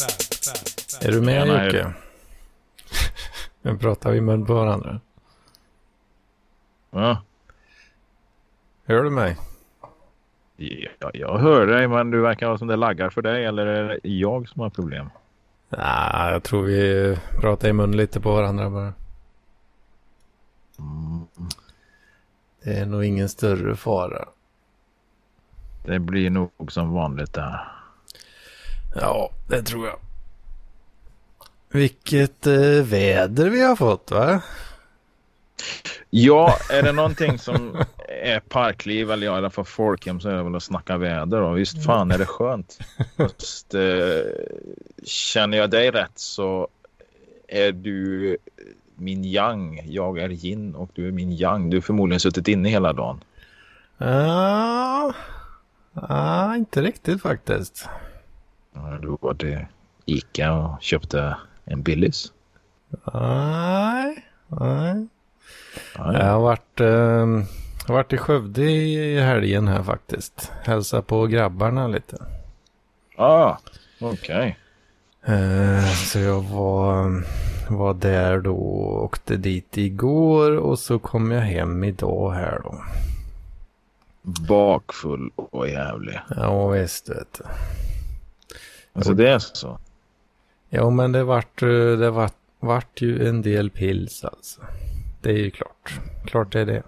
Är du med, Jocke? Nu pratar vi mun på varandra. Ja. Hör du mig? Ja, jag hör dig, men du verkar vara som det laggar för dig, eller är det jag som har problem? Nej, jag tror vi pratar i mun lite på varandra bara. Det är nog ingen större fara. Det blir nog som vanligt där. Ja, det tror jag. Vilket väder vi har fått, va? Ja, är det någonting som är parkliv eller i alla fall folkhem så är det väl att snacka väder då. Visst fan är det skönt. Just, känner jag dig rätt så är du min yang. Jag är yin och du är min yang. Du har förmodligen suttit inne hela dagen. Ja, inte riktigt faktiskt. Du var det Ica och köpte en Billys? Nej. Jag har varit i Skövde i helgen här faktiskt. Hälsa på grabbarna lite. Okej. Så jag var där då och åkte dit igår och så kom jag hem idag här då. Bakfull och jävlig. Ja, visst vet du. Alltså det är så. Ja, men det vart ju en del pils alltså. Det är ju klart. Klart det är det.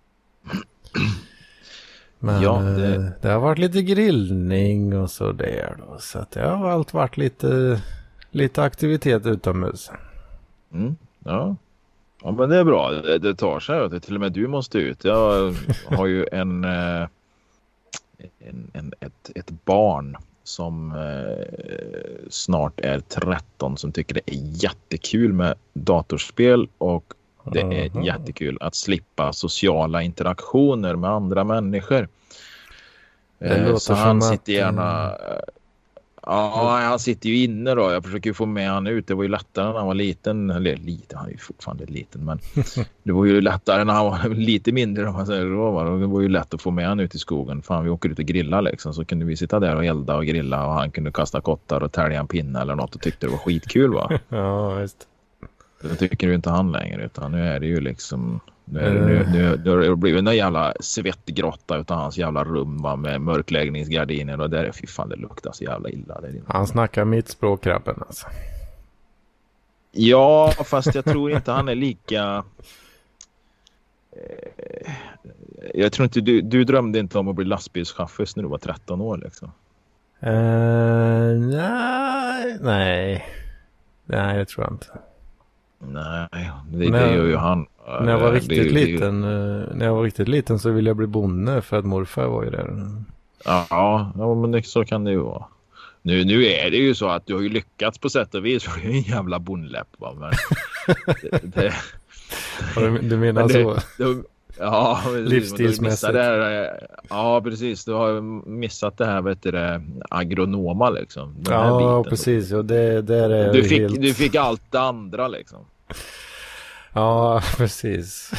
Men ja, det har varit lite grillning och så där då. Så att det har allt varit lite aktivitet utomhus. Ja, men det är bra. Det tar sig. Det till och med du måste ut. Jag har ju ett barn som snart är 13 som tycker det är jättekul med datorspel och det är jättekul att slippa sociala interaktioner med andra människor. Så han sitter gärna... Ja, han sitter ju inne då. Jag försöker ju få med han ut. Det var ju lättare när han var liten. Eller liten, han är ju fortfarande liten. Men det var ju lättare när han var lite mindre. Om man säger så. Det var ju lätt att få med han ut i skogen. Fan, vi åker ut och grillar liksom. Så kunde vi sitta där och elda och grilla. Och han kunde kasta kottar och tälja en pinne eller något. Och tyckte det var skitkul, va? Ja, visst. Det tycker du inte han längre. Utan nu är det ju liksom... Nu har det blivit en jävla svettgrotta utan hans jävla rum, va, med mörkläggningsgardiner och där är fy fan det luktar så jävla illa. Han snackar mitt språk, grabben alltså. Ja, fast jag tror inte han är lika... Jag tror inte du drömde inte om att bli lastbilschaffis när du var 13 år liksom. Nej, det tror jag inte. Nej, det gör ju han. När jag var riktigt liten så ville jag bli bonde för att morfar var ju där. Ja, men så kan det ju vara. Nu är det ju så att du har ju lyckats på sätt och vis för du är en jävla bondläpp, va? Men du menar så? Ja, livsstilsmässigt. Ja, precis. Du har missat det här, vet du, agronoma liksom. Ja, biten, precis. Och det där är du fick allt det andra liksom. Ja, precis.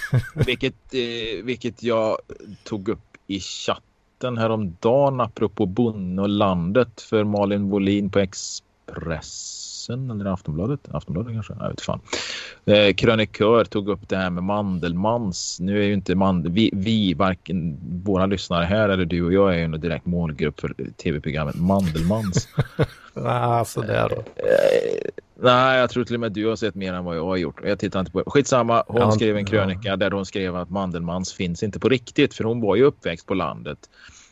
vilket jag tog upp i chatten häromdagen apropå bonde och landet för Malin Wåhlin på Expressen eller Aftonbladet kanske, jag vet fan. Krönikör tog upp det här med Mandelmans. Nu är ju inte vi varken våra lyssnare här eller du och jag är ju en direkt målgrupp för tv-programmet Mandelmans. Så där då. Nej, jag tror till och med du har sett mer än vad jag har gjort. Jag tittar inte på. Skitsamma, hon skrev en krönika där hon skrev att Mandelmans finns inte på riktigt. För hon var ju uppväxt på landet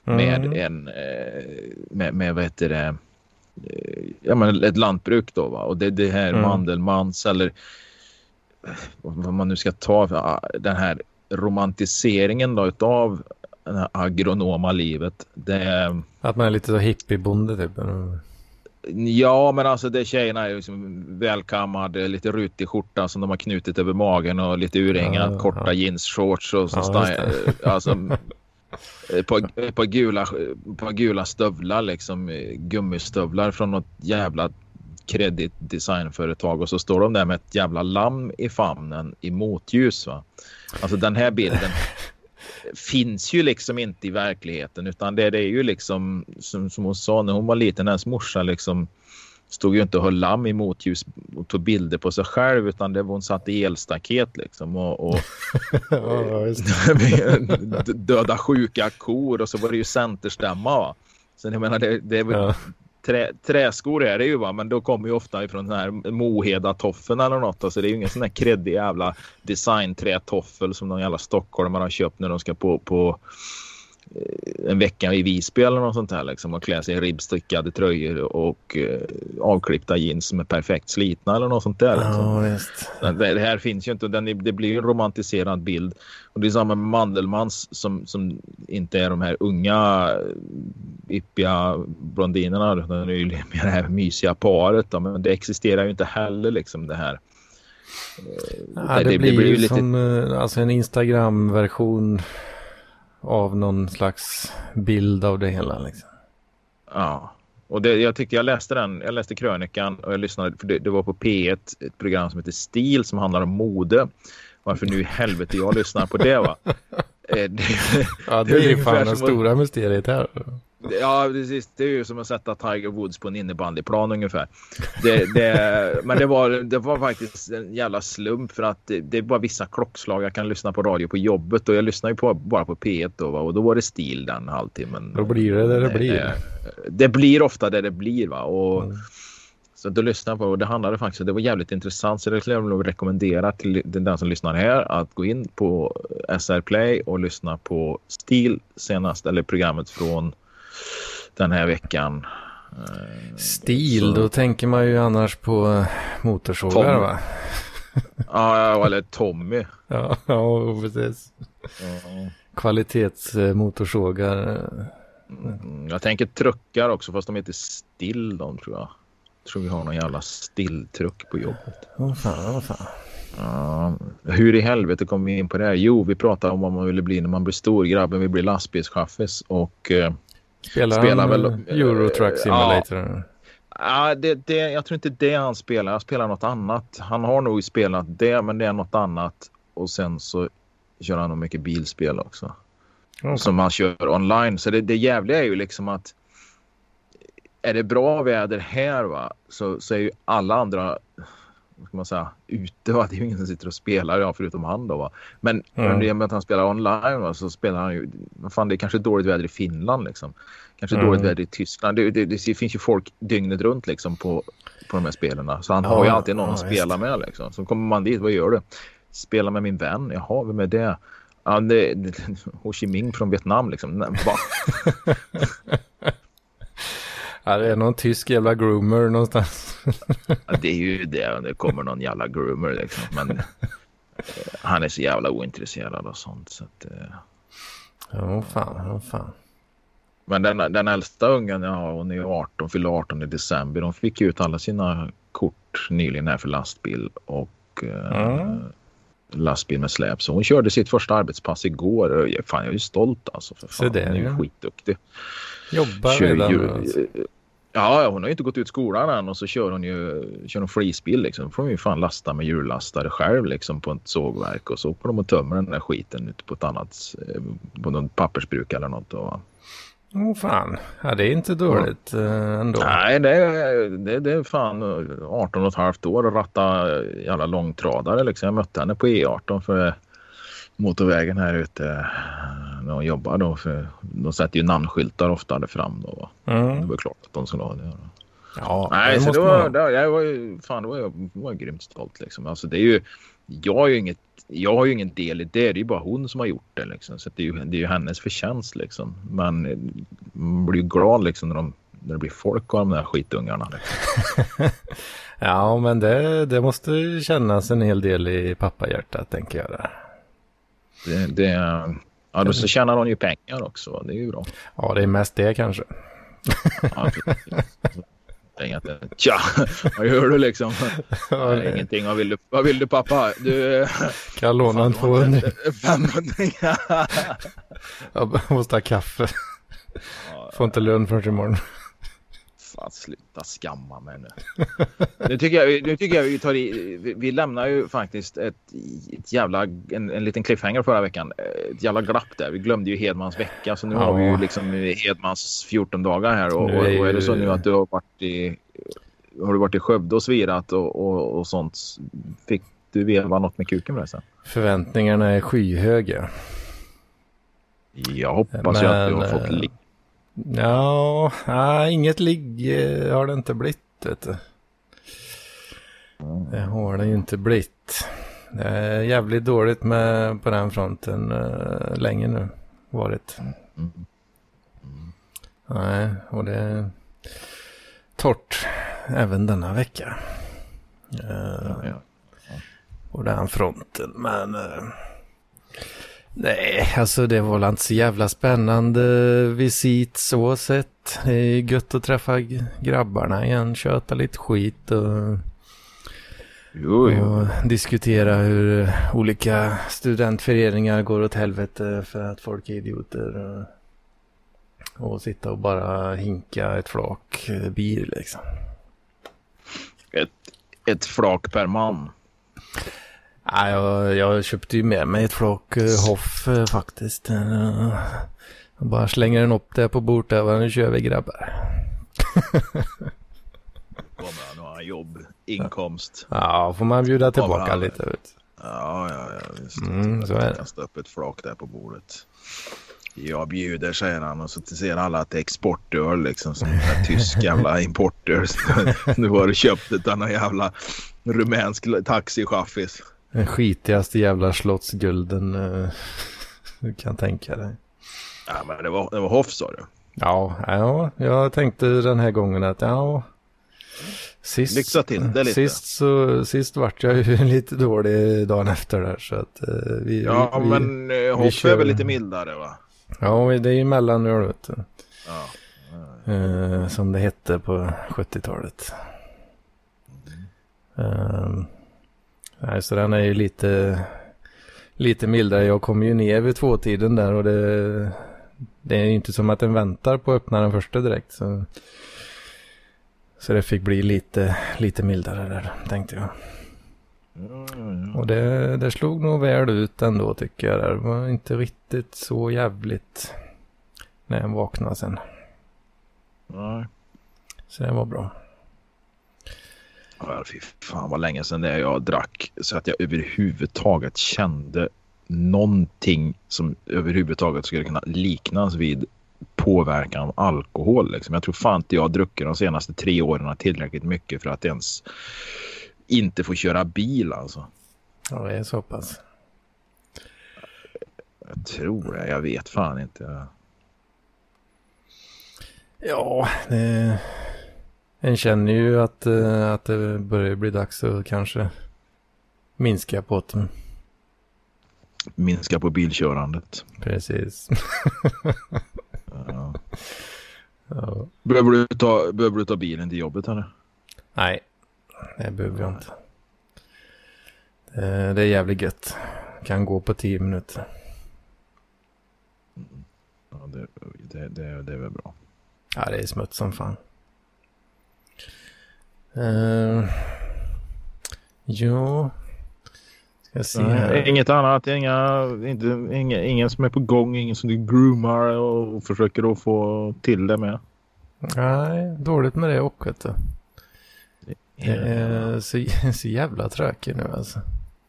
med vad heter det, ett lantbruk då, va? Och det här Mandelmans eller vad man nu ska ta, den här romantiseringen då utav det här agronoma livet. Att man är lite så hippiebonde typ. Ja, men alltså det tjejerna är liksom välkammade, lite rutig skjorta som de har knutit över magen och lite urringat, korta jeansshorts och så alltså ett par gula stövlar liksom, gummistövlar från något jävla kredit designföretag och så står de där med ett jävla lamm i famnen i motljus, va. Alltså den här bilden finns ju liksom inte i verkligheten utan det är ju liksom som hon sa när hon var liten, hennes morsa liksom stod ju inte och höll lamm i motljus och tog bilder på sig själv, utan det var hon satt i elstaket liksom och döda sjuka kor, och så var det ju centerstämma, va? Så jag menar det var träskor är det ju, va, men då kommer ju ofta ifrån den här Moheda toffen eller något, alltså det är ju ingen sån här kreddig jävla design-trätoffel som de jävla stockholmare har köpt när de ska på en vecka i Visby eller något sånt här liksom, och klä sig i ribbstickade tröjor och avklippta jeans med perfekt slitna eller något sånt där liksom. Ja, visst. Det här finns ju inte, det blir ju en romantiserad bild, och det är samma med Mandelmans som inte är de här unga yppiga blondinerna, utan det är ju mer det här mysiga paret då, men det existerar ju inte heller liksom det här. Ja, det blir ju lite som alltså en Instagram-version av någon slags bild av det hela liksom. Ja, och jag läste krönikan och jag lyssnade, för det var på P1 ett program som heter Stil som handlar om mode. Varför nu i helvete jag lyssnar på det, va? Ja, det är ju fan det stora mysteriet här. Ja, precis. Det är ju som att sätta Tiger Woods på en innebandyplan ungefär. Men det var faktiskt en jävla slump, för att det är bara vissa klockslag jag kan lyssna på radio på jobbet, och jag lyssnar ju bara på P1 då, va? Och då var det Stil den halvtimmen. Då blir det blir. Det blir ofta det blir, va? Och så då lyssnar på, och det handlade faktiskt, det var jävligt intressant, så det skulle jag rekommendera till den som lyssnar här att gå in på SR Play och lyssna på Stil senast, eller programmet från den här veckan. Stil, så då tänker man ju annars på motorsågar, va? Ja, eller Tommy. Ja, precis. Kvalitetsmotorsågar. Jag tänker truckar också, fast de heter Still, de tror jag. Jag tror vi har någon jävla Still-truck på jobbet. Åh fan. Ja, hur i helvete kom vi in på det här? Jo, vi pratade om vad man ville bli när man blir stor. Grabben vill bli lastbilschaffis och spelar väl Euro Truck Simulator. Ja, jag tror inte det han spelar. Han spelar något annat. Han har nog spelat det, men det är något annat. Och sen så kör han nog mycket bilspel också. Okay. Som man kör online. Så det jävliga är ju liksom att är det bra väder här, va, så är ju alla andra, vad ska man säga, ute, va? Det är ju ingen som sitter och spelar, förutom han då, va. Men i och med att han spelar online, va, så spelar han ju, fan, det är kanske dåligt väder i Finland liksom. Kanske dåligt väder i Tyskland. Det finns ju folk dygnet runt liksom på de här spelarna. Så han har ju alltid någon att spela med liksom. Så kommer man dit, vad gör du? Spela med min vän. Jaha, vem är det? Ja, det Ho Chi Minh från Vietnam liksom. Va? Ja, det är någon tysk jävla groomer någonstans. Ja, det är ju det kommer någon jävla groomer liksom. Men han är så jävla ointresserad och sånt. Så att, ja, fan. Men den äldsta ungen, hon är 18, fyller 18 i december. De fick ut alla sina kort nyligen här för lastbil och lastbil med släp. Så hon körde sitt första arbetspass igår. Fan, jag är ju stolt alltså. För fan, hon är ju skitduktig. Jobbar redan. Ja, hon har ju inte gått ut skolan än, och så kör hon freespill liksom. Då får hon ju fan lasta med hjullastare själv liksom på ett sågverk, och så får de och tömmer den där skiten ute på ett annat, på någon pappersbruk eller något då. Fan, ja, det är inte dåligt ändå. Nej, det är fan 18,5 år och ratta jävla långtradare liksom. Jag mötte henne på E18 för motorvägen här ute när hon jobbar då, för de sätter ju namnskyltar ofta där fram då. Det var klart att de skulle ha det. Ja, nej, så jag var grymt stolt liksom. Alltså det är ju, jag har ju ingen del i det. Det är ju bara hon som har gjort det liksom. Så det är ju hennes förtjänst liksom. Men man blir ju glad liksom när det blir folk av de där skitungarna liksom. Ja, men det måste kännas en hel del i pappahjärtat, tänker jag där. Ja, då så tjänar hon ju pengar också. Det är ju bra. Ja, det är mest det kanske. Ja, tja, vad gör du liksom? Ingenting. Vad vill du pappa? Du kan låna en 200. 500. Jag måste ha kaffe. Får inte lön förrän imorgon. Fan, sluta skamma mig nu. Nu tycker jag vi lämnar ju faktiskt ett jävla en liten cliffhanger förra veckan. Ett jävla glapp där. Vi glömde ju Hedmans vecka, så nu har vi ju liksom Hedmans 14 dagar här, och är det så nu att du har varit har du varit i Skövde och svirat och sånt? Fick du veva något med kuken förresten? Förväntningarna är skyhöga. Jag hoppas ju att du har fått ligg. Ja, inget ligg har det inte blivit, vet du. Det har det ju inte blivit. Det är jävligt dåligt på den fronten länge nu varit. Nej, och det är torrt även denna vecka. På den fronten. Men nej, alltså det var inte så jävla spännande visit så sett. Det är gött att träffa grabbarna igen, köta lite skit och diskutera hur olika studentföreningar går åt helvete för att folk är idioter och sitta och bara hinka ett flak bil liksom. Ett flak per man. Ja, jag köpte ju med mig ett flak Hoff faktiskt. Jag bara slänger den upp där på bordet och nu kör vi grabbar. Kommer han ha jobb, inkomst. Ja, får man bjuda tillbaka lite ut. Ja, just så är det. Kasta upp ett flak där på bordet. Jag bjuder, säger han, och så ser alla att det är exportöl liksom, som är tysk jävla importöl. Nu har du köpt ett annat jävla rumänsk taxichaffis. Den skitigaste jävla slottsgulden du kan tänka dig. Ja, men det var Hoff, sa du. Ja, jag tänkte den här gången att lyxa till det lite. Sist vart jag ju lite dålig dagen efter där, så att men Hoff är väl lite mildare, va? Ja, det är ju mellanöl, vet du. Som det hette på 70-talet. Nej, så den är ju lite mildare. Jag kom ju ner vid 2-tiden där och det är ju inte som att den väntar på att öppna den första direkt. Så det fick bli lite mildare där, tänkte jag. Och det slog nog väl ut ändå, tycker jag. Det var inte riktigt så jävligt när jag vaknade sen. Nej. Så det var bra. Ja, fy fan vad länge sedan jag drack så att jag överhuvudtaget kände någonting som överhuvudtaget skulle kunna liknas vid påverkan av alkohol. Liksom. Jag tror fan inte jag har druckit de senaste 3 åren tillräckligt mycket för att ens inte få köra bil, alltså. Ja, det är så pass. Jag tror det. Jag vet fan inte. Ja, en känner ju att det börjar bli dags att kanske minska på det. Minska på bilkörandet. Precis. Ja. Behöver du ta bilen till jobbet, eller? Nej, det behöver jag inte. Det är jävligt gött. Kan gå på 10 minuter. Ja, det är väl bra. Ja, det är smuts som fan. Jo. Ska se här. Inget annat, ingen som är på gång, ingen som du groomar och försöker att få till det med. Nej, dåligt med det också. Det är så jävla tråkigt nu alltså.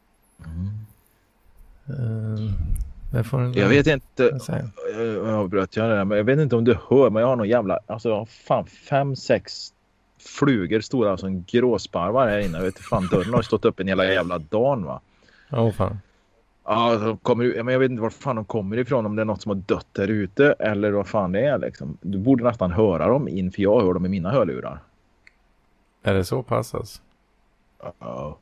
Jag vet inte, men jag vet inte om du hör, men jag har någon jävla, alltså fan 5-6 flugor stora som gråsparvar här inne. Jag vet inte fan, dörren har stått upp en jävla dagen, va? Fan. Ja, men jag vet inte var fan de kommer ifrån, om det är något som har dött där ute eller vad fan det är liksom. Du borde nästan höra dem in, för jag hör dem i mina hörlurar. Är det så pass alltså? Ja.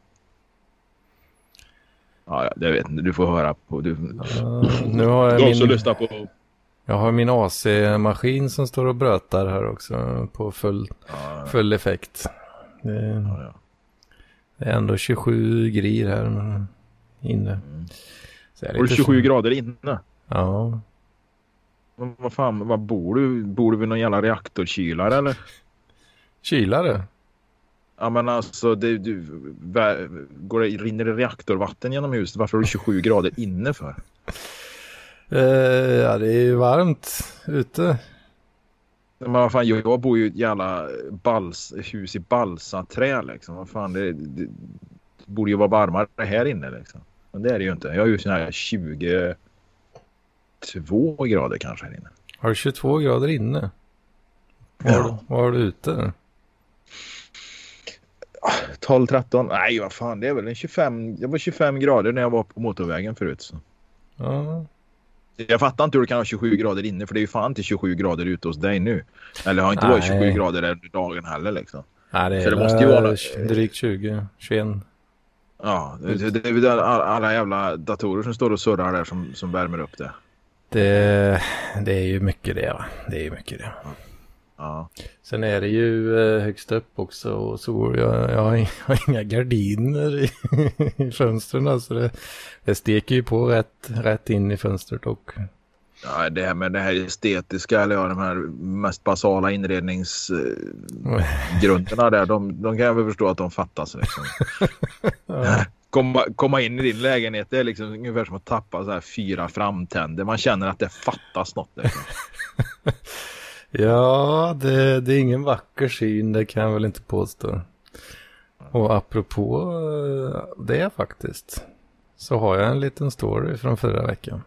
Ja, det vet inte. Du får höra på. Nu har jag lyssna på. Jag har min AC-maskin som står och brötar här också på full effekt. Det är ändå 27 grir här inne. Och 27 grader inne? Ja. Men vad fan, vad bor du? Bor du vid någon jävla reaktorkylare eller? Kylare? Ja, men alltså rinner det reaktorvatten genom huset? Varför har du 27 grader inne för? Ja, det är ju varmt ute. Men vad fan, jag bor ju i ett jävla hus i balsaträ liksom. Vad fan, det borde ju vara varmare här inne liksom. Men det är det ju inte. Jag har ju sån här 22 grader kanske här inne. Har du 22 grader inne? Var har du ute? 12-13. Nej, vad fan, det är väl en 25. Jag var 25 grader när jag var på motorvägen förut. Så. Ja. Jag fattar inte hur det kan ha 27 grader inne, för det är ju fan inte 27 grader ute hos dig nu. Eller har inte varit 27 grader under dagen heller liksom. Nej, det är för det måste ju vara drygt 20, 21. Ja, det är alla jävla datorer som står och surrar där som värmer upp det. Det är ju mycket det, va? Det är ju mycket det. Ja. Sen är det ju högst upp också och så jag har inga gardiner i fönstren, så det steker ju på rätt in i fönstret och... Ja, det här med det här estetiska, eller de här mest basala inredningsgrunderna där, de kan jag väl förstå att de fattas liksom. Ja. Komma in i din lägenhet, det är liksom ungefär som att tappa så här 4 framtänder. Man känner att det fattas något liksom. Ja, det är ingen vacker syn, det kan jag väl inte påstå. Och apropå det faktiskt, så har jag en liten story från förra veckan.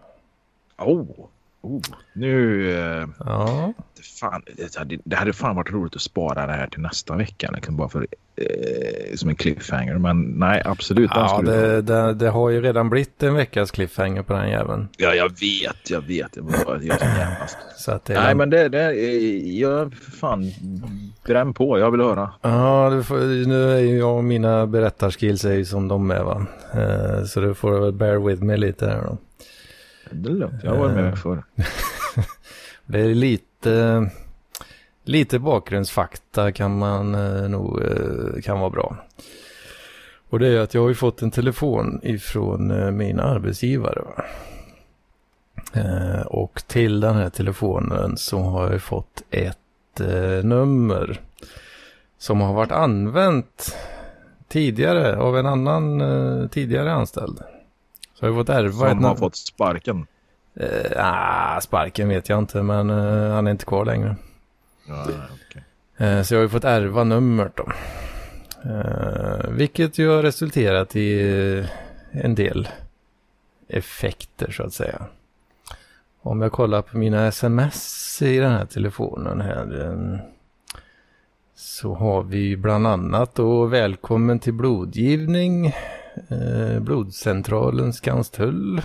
Nu... Ja. Fan, det hade fan varit roligt att spara det här till nästa vecka. Liksom bara för, som en cliffhanger. Men nej, absolut. Ja, det har ju redan blivit en veckas cliffhanger på den jäveln. Ja, jag vet. Jag så att nej, men jag fan bränn på. Jag vill höra. Ja, nu är ju jag och mina berättarskills är ju som de är, va. Så du får väl bear with me lite här då. Det är lugnt, jag var med för. Det är lite bakgrundsfakta kan man nog kan vara bra. Och det är att jag har ju fått en telefon ifrån min arbetsgivare. Och till den här telefonen så har jag fått ett nummer som har varit använt tidigare av en annan tidigare anställd. Så jag har fått ärva som har fått sparken. Sparken vet jag inte, men han är inte kvar längre. Ja, okay. Så jag har ju fått ärva numret då. Vilket ju har resulterat i en del effekter så att säga. Om jag kollar på mina sms i den här telefonen här, så har vi bland annat då välkommen till blodgivning, blodcentralen Skanstull.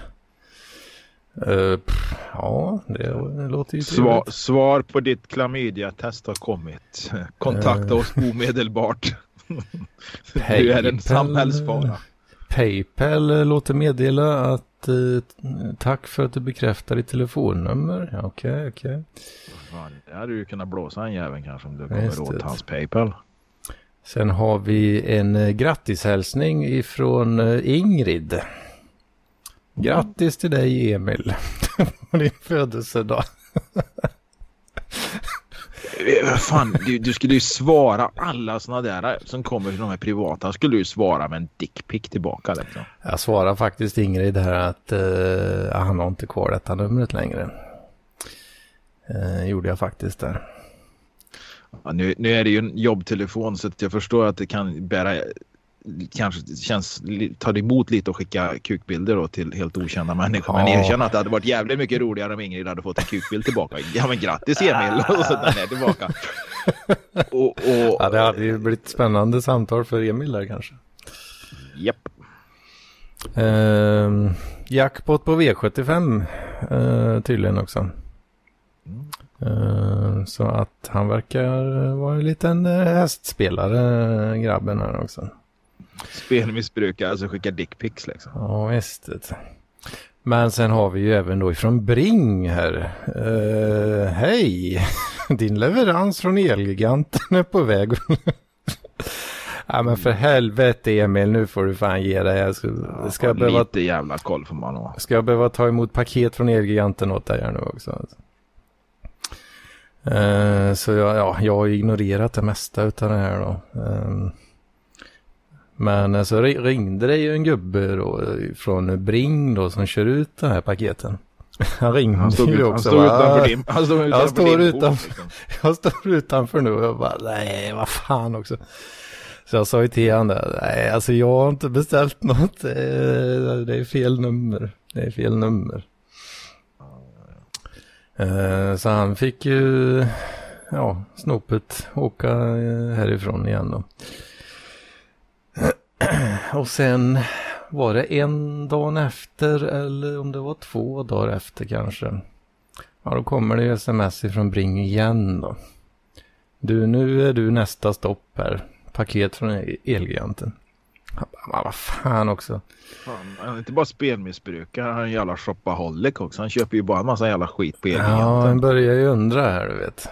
Ja, det låter ju trevligt. Svar på ditt klamydia-test har kommit. Kontakta oss omedelbart. Du är en samhällsfara. PayPal låter meddela att tack för att du bekräftar ditt telefonnummer. Okej. Det hade du kunnat blåsa en jäveln kanske om du kommer åt hans PayPal. Sen har vi en grattishälsning ifrån Ingrid. Grattis till dig, Emil, på din födelsedag. Fan, du skulle ju svara alla såna där som kommer till de här privata. Skulle du svara med en dickpic tillbaka liksom. Jag svarar faktiskt Ingrid här att han har inte kvar detta numret längre. Gjorde jag faktiskt där. Ja, nu är det ju en jobbtelefon, så att jag förstår att det kan bära, kanske ta emot lite och skicka kukbilder då till helt okända människor. Men jag känner att det hade varit jävligt mycket roligare om Ingrid hade fått en kukbild tillbaka. Ja, men grattis Emil, och så den är tillbaka. Ja, det hade ju blivit spännande samtal för Emil där kanske. Japp. Jackpot på V75 tydligen också. Så att han verkar vara en liten hästspelare, grabben här också. Spelmissbrukare, alltså skicka dickpics liksom. Ja, visst. Men sen har vi ju även då ifrån Bring här. Hej! Din leverans från Elgiganten är på väg. Ja, men för helvete Emil, nu får du fan ge dig. Jag ska behöva, lite jävla koll för man då. Ska jag behöva ta emot paket från Elgiganten åt dig här nu också? Alltså. Så jag har ignorerat det mesta utav det här då. Men så ringde det ju en gubbe då, från Bring då, som kör ut de här paketen. Han ringde Han stod ju ut, också. han stod utanför din port, liksom. Jag står utanför nu och jag bara, nej vad fan också. Så jag sa ju till han där, nej alltså jag har inte beställt något, det är fel nummer. Det är fel nummer. Så han fick ju, ja, snopet åka härifrån igen då. Och sen var det en dag efter eller om det var 2 dagar efter kanske. Ja, då kommer det ju sms ifrån Bring igen då. Du, nu är du nästa stopp här. Paket från Elgiganten. Ja, vad fan också. Han är inte bara spelmissbrukare, han är en jävla shopaholic också. Han köper ju bara en massa jävla skit på Elgiganten. Ja, han börjar ju undra här, du vet.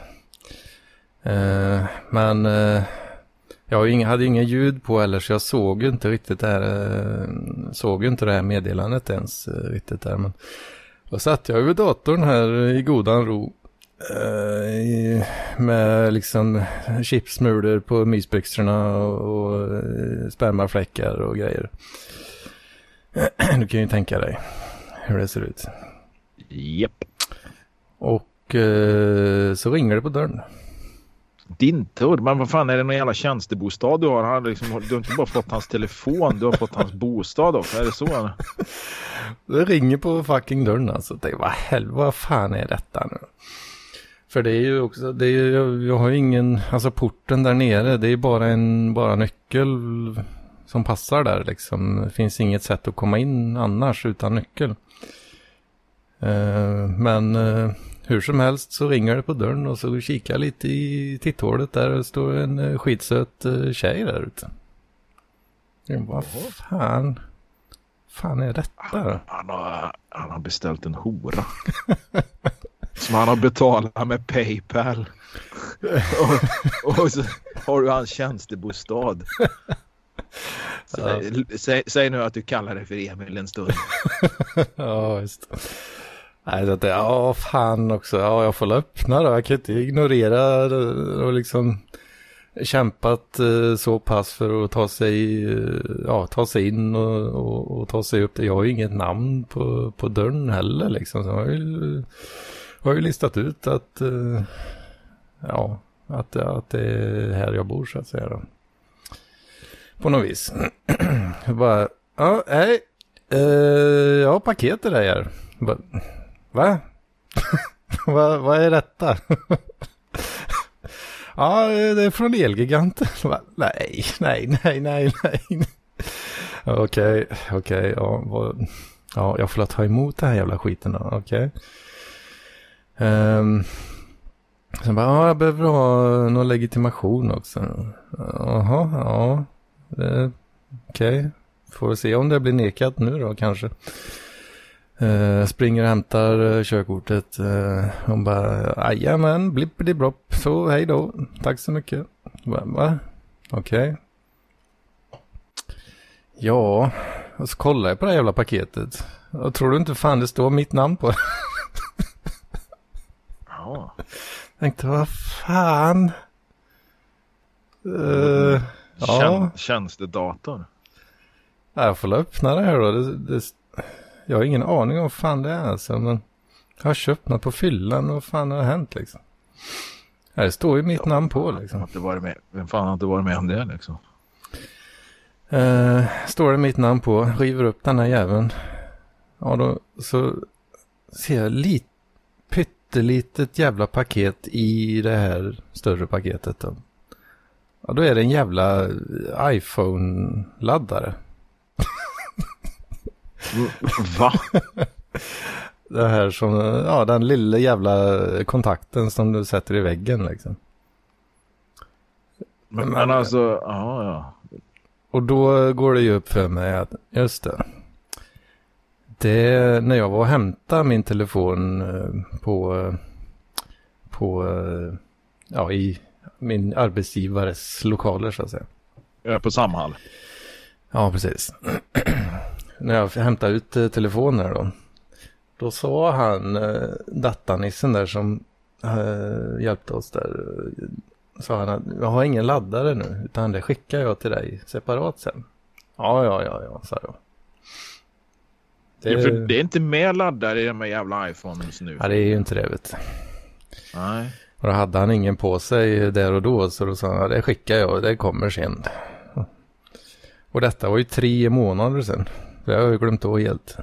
Men jag hade inga ljud på eller så jag såg ju inte riktigt det här. Såg ju inte det här meddelandet ens riktigt där. Men då satt jag över datorn här i godan ro. Med liksom chipsmulor på mysbyxorna och spermafläckar och grejer. Du kan ju tänka dig hur det ser ut. Japp. Och så ringer det på dörren. Din tur, men vad fan är det någon jävla tjänstebostad du har? Du har inte bara fått hans telefon, du har fått hans bostad också, är det så? Eller? Det ringer på fucking dörren alltså. Vad fan är detta nu? För det är ju också, jag har ju ingen, alltså porten där nere, det är bara nyckel som passar där liksom. Det finns inget sätt att komma in annars utan nyckel. Men hur som helst så ringer det på dörren och så kikar jag lite i titthålet där och står en skitsöt tjej där ute. Vad fan är detta? Han har beställt en hora. Som han har betalat med PayPal. och så har du hans tjänstebostad. Säg nu att du kallar det för Emil en stund. Ja, just. Nej, det är, fan också. Ja, jag får öppna då. Jag kan inte ignorera och liksom kämpat så pass för att ta sig in och ta sig upp. Jag har ju inget namn på dörren heller liksom. Så jag har ju listat ut att att det är här jag bor så att säga då. På något vis. Jag bara, ja, hej. Jag har paket till dig här. Bara, va? Vad är detta? Ja, det är från Elgiganten. Nej. Okej, ja, jag får ta emot det här jävla skiten då, okej. Sen bara, ja, jag behöver ha någon legitimation också. Jaha, ja. Okej. Får se om det blir nekat nu då kanske. Springer och hämtar körkortet. Hon bara, jajamän, blippidi-blopp. Så, hej då. Tack så mycket. Va? Okej. Ja, och så kollar jag på det här jävla paketet. Och tror du inte fan det står mitt namn på det? Ja. Tänkte, vad fan? Ja. Tjänstedator. Jag får öppna det här då. Jag har ingen aning om vad fan det är alltså, men jag har köpt något på fyllan och vad fan har hänt liksom. Här står ju mitt namn på liksom. Vem fan har inte varit med om det liksom? Står det mitt namn på, river upp den här jäveln. Ja, då så ser jag pyttelitet jävla paket i det här större paketet då. Ja, då är det en jävla iPhone-laddare. Va? Det här som, ja, den lilla jävla kontakten som du sätter i väggen liksom. Men alltså, ja. Och då går det ju upp för mig att, just det när jag var och hämtade min telefon i min arbetsgivares lokaler så att säga. Ja, på Samhall. Ja, precis. När jag hämtade ut telefoner då sa han datanissen där som hjälpte oss där, sa han att jag har ingen laddare nu utan det skickar jag till dig separat sen. Ja, sa jag. för det är inte med laddare i de här jävla iPhones nu. Ja, det är ju inte det, vet du. Nej. Och då hade han ingen på sig där och då, så då sa han, det skickar jag, det kommer sen. Och detta var ju 3 månader sedan. Det har jag ju glömt av helt.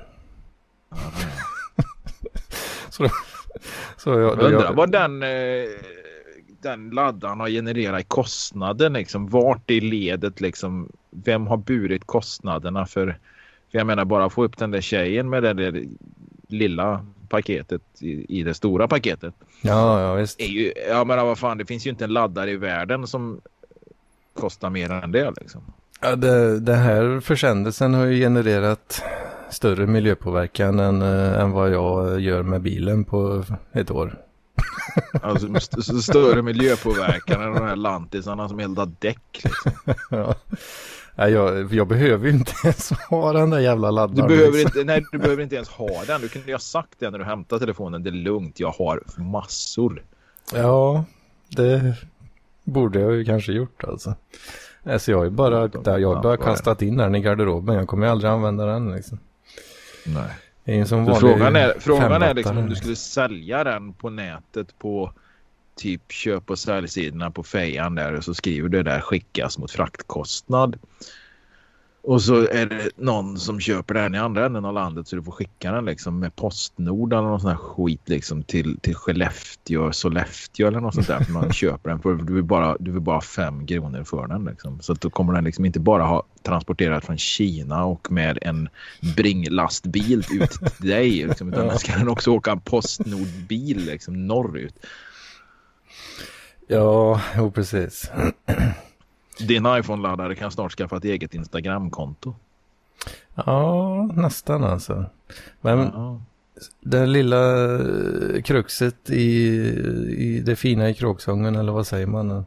så jag undrar vad den laddaren har genererat i kostnaden liksom. Vart i ledet liksom, vem har burit kostnaderna för jag menar bara få upp den där tjejen med det där lilla paketet i det stora paketet. Ja, visst. Jag menar vad fan, det finns ju inte en laddare i världen som kostar mer än det liksom. Ja, det här försändelsen har ju genererat större miljöpåverkan än vad jag gör med bilen på ett år. Alltså större miljöpåverkan än de här lantisarna som eldar däck liksom. Ja, jag behöver ju inte ens ha den där jävla laddaren. Du behöver inte ens ha den. Du kunde ju ha sagt det när du hämtar telefonen. Det är lugnt, jag har massor. Ja, det borde jag ju kanske gjort alltså. Alltså jag har ju bara kastat in den i garderoben. Jag kommer ju aldrig använda den liksom. Nej. Det är en som frågan är liksom om du skulle sälja den på nätet på typ köp- och säljsidorna på Fejan där, och så skriver du där skickas mot fraktkostnad. Och så är det någon som köper den i andra änden av landet, så du får skicka den liksom med Postnord eller någon sån här skit liksom till Skellefteå, Sollefteå eller något sånt där, för man köper den för du vill bara 5 kronor för den liksom. Så att då kommer den liksom inte bara ha transporterat från Kina och med en bringlastbil ut till dig liksom, utan då ska den också åka en Postnordbil liksom norrut. Ja, precis. Din iPhone-laddare kan snart skaffa ett eget Instagram-konto. Ja, nästan alltså. Men det lilla kruxet i det fina i kråksången, eller vad säger man?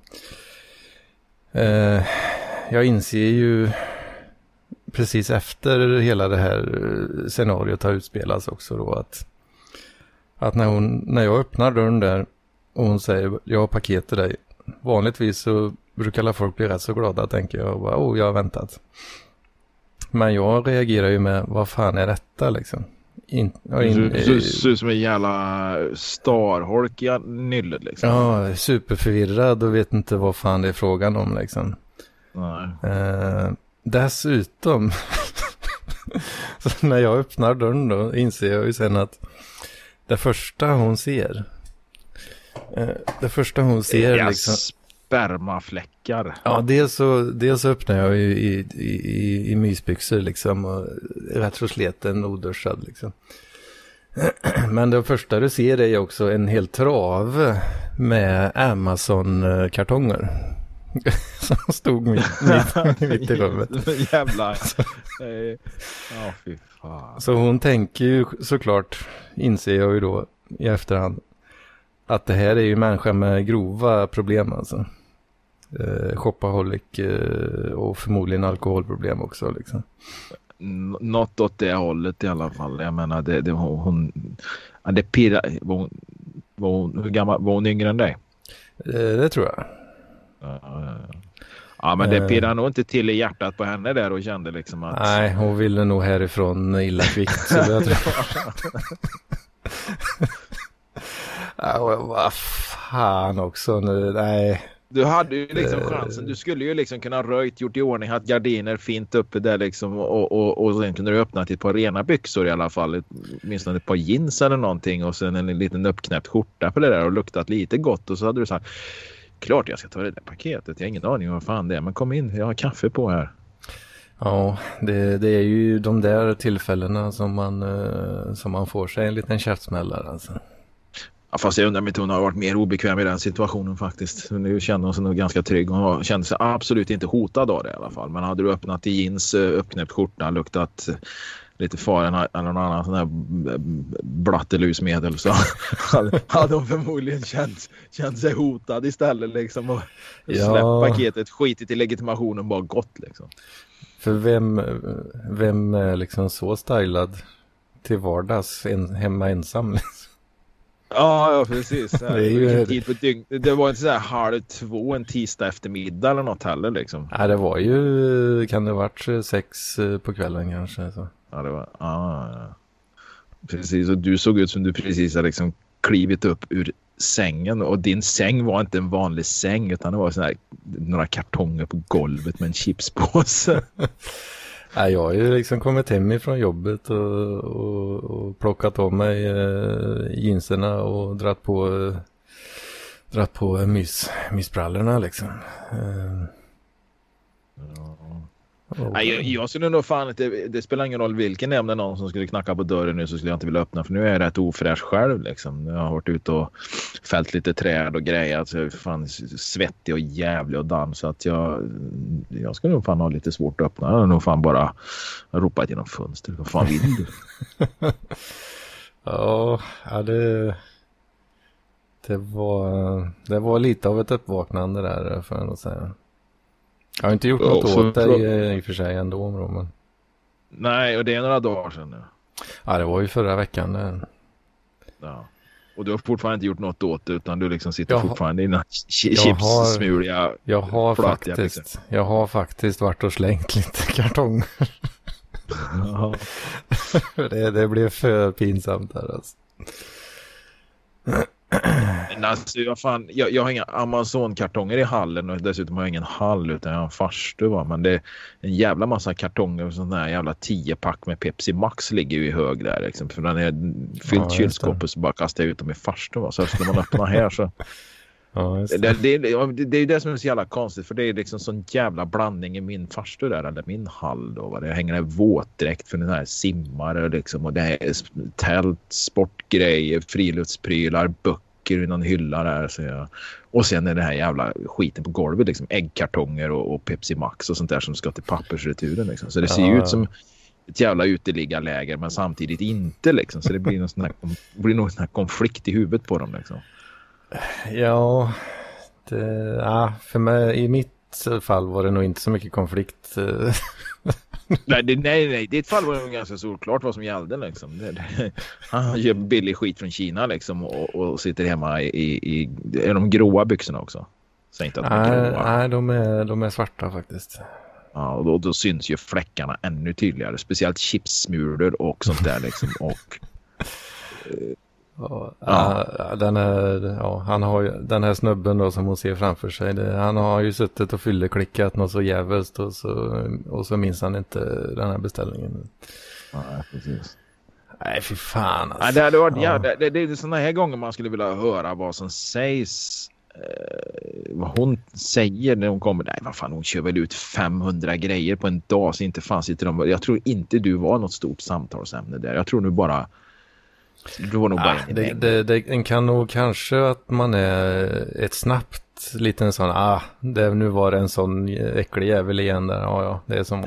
Jag inser ju precis efter hela det här scenariot har utspelats också då att när jag öppnar dörren där och hon säger, jag har paket till dig. Vanligtvis så brukar alla folk bli rätt så glada, tänker jag. Och jag har väntat. Men jag reagerar ju med, vad fan är detta liksom? Du ser ut som en jävla starholk i nyllet liksom. Ja, superförvirrad och vet inte vad fan det är frågan om liksom. Nej. Dessutom så när jag öppnar dörren då inser jag ju sen att det första hon ser liksom spermafläckar. Ja, dels öppnar jag ju i mysbyxor liksom och rätt så sleten oduschad liksom. Men det första du ser är också en hel trav med Amazon-kartonger som stod mitt i rummet. Jävlar. Ja, fy fan. Så hon tänker ju såklart, inser jag ju då i efterhand, att det här är ju människa med grova problem alltså. Shopaholic och förmodligen alkoholproblem också liksom. Något åt det hållet i alla fall. Jag menar det pirrar. Hur gammal var hon yngre än dig? Det tror jag. Ja, men det pirrar nog inte till i hjärtat på henne där och kände liksom att... Nej, hon ville nog härifrån illa kvickt. Så jag tror... vad fan också nu, nej. Du hade ju liksom chansen, du skulle ju liksom kunna gjort i ordning, haft gardiner fint uppe där liksom och sen kunde du öppna till ett par rena byxor i alla fall, åtminstone ett par jeans eller någonting och sen en liten uppknäppt skjorta på det där och luktat lite gott och så hade du sagt, klart jag ska ta det där paketet, jag har ingen aning om vad fan det är, men kom in, jag har kaffe på här. Ja, det är ju de där tillfällena som man får sig en liten käftsmällare alltså. Ja, fast jag undrar om inte hon har varit mer obekväm i den situationen faktiskt. Nu kände hon sig nog ganska trygg. Hon kände sig absolut inte hotad av det i alla fall. Men hade du öppnat i jeans, uppknäppt skjorta, luktat lite faren eller någon annan sån här blattelusmedel så hade hon förmodligen känt sig hotad istället liksom. Och släppt paketet, skitit i legitimationen, bara gått liksom. För vem är liksom så stylad till vardags hemma ensam liksom? Ja, precis. Det var inte så här 1:30 en tisdag eftermiddag eller något heller liksom. Nej, det var ju, kan det ha varit 6 på kvällen kanske så. Ja, det var Precis, och du såg ut som du precis hade liksom klivit upp ur sängen, och din säng var inte en vanlig säng utan det var sån här, några kartonger på golvet med en chipspåse. Nej, jag har ju liksom kommit hem ifrån jobbet och plockat av mig jeanserna och dratt på mysbrallorna liksom. Nej, jag skulle nog fan inte, det spelar ingen roll vilken det är, om det är någon som skulle knacka på dörren nu så skulle jag inte vilja öppna, för nu är jag rätt ofräsch själv liksom. Jag har varit ute och fällt lite träd och grejer, så jag är fan svettig och jävlig och damm, så att jag skulle nog fan ha lite svårt att öppna. Jag har nog fan bara ropat genom fönstret. Vad fan vill du? Ja, det var lite av ett uppvaknande där, får jag nog säga. Jag har inte gjort något åt dig i och för sig ändå, men... Nej, och det är några dagar sedan nu. Ja, det var ju förra veckan. Ja. Och du har fortfarande inte gjort något åt det, utan du liksom sitter fortfarande i chipssmuliga. Jag har faktiskt varit och slängt lite kartonger. Ja. det blev för pinsamt här alltså. Men alltså, jag har inga Amazon-kartonger i hallen, och dessutom har jag ingen hall utan jag har en farstu, va? Men det är en jävla massa kartonger och sån där jävla 10-pack med Pepsi Max ligger ju i hög där liksom, för den är fyllt kylskåpet så bara kastar jag ut dem i farstu, va? Så skulle man öppna här så det är ju det som är så jävla konstigt, för det är liksom sån jävla blandning i min farstu där, eller min hall då, va? Det hänger en våtdräkt för den här simmare liksom, och det är tält, sportgrejer, friluftsprylar, böcker i någon hylla där, så jag. Och sen är det här jävla skiten på golvet liksom, äggkartonger och Pepsi Max och sånt där som ska till pappersreturen liksom. Så det ser ju ut som ett jävla uteliggarläger, men samtidigt inte liksom, så det blir någon sån här konflikt i huvudet på dem liksom. Ja, för mig i mitt fall var det nog inte så mycket konflikt. Nej, i ditt fall var det ganska solklart vad som gällde liksom. Han gör billig skit från Kina liksom, och sitter hemma i är de gråa byxorna också? Säg inte att de är gråa. Nej, de är svarta faktiskt. Ja, och då syns ju fläckarna ännu tydligare, speciellt chipssmulor och sånt där liksom, och han har ju, den här snubben då som hon ser framför sig, han har ju suttit och fylleklickat något så jävligt, och så minns han inte den här beställningen. Ja, precis. Nej, fy fan alltså. Ja, det hade varit, det är såna här gånger man skulle vilja höra vad som sägs, vad hon säger när hon kommer. Nej, vad fan, hon kör väl ut 500 grejer på en dag, så inte fan sitter de. Jag tror inte du var något stort samtalsämne där. Jag tror nu bara du var nog bara det kan nog kanske att man är ett snabbt liten sån, nu var det en sån äcklig jävel igen där. Ja, det är som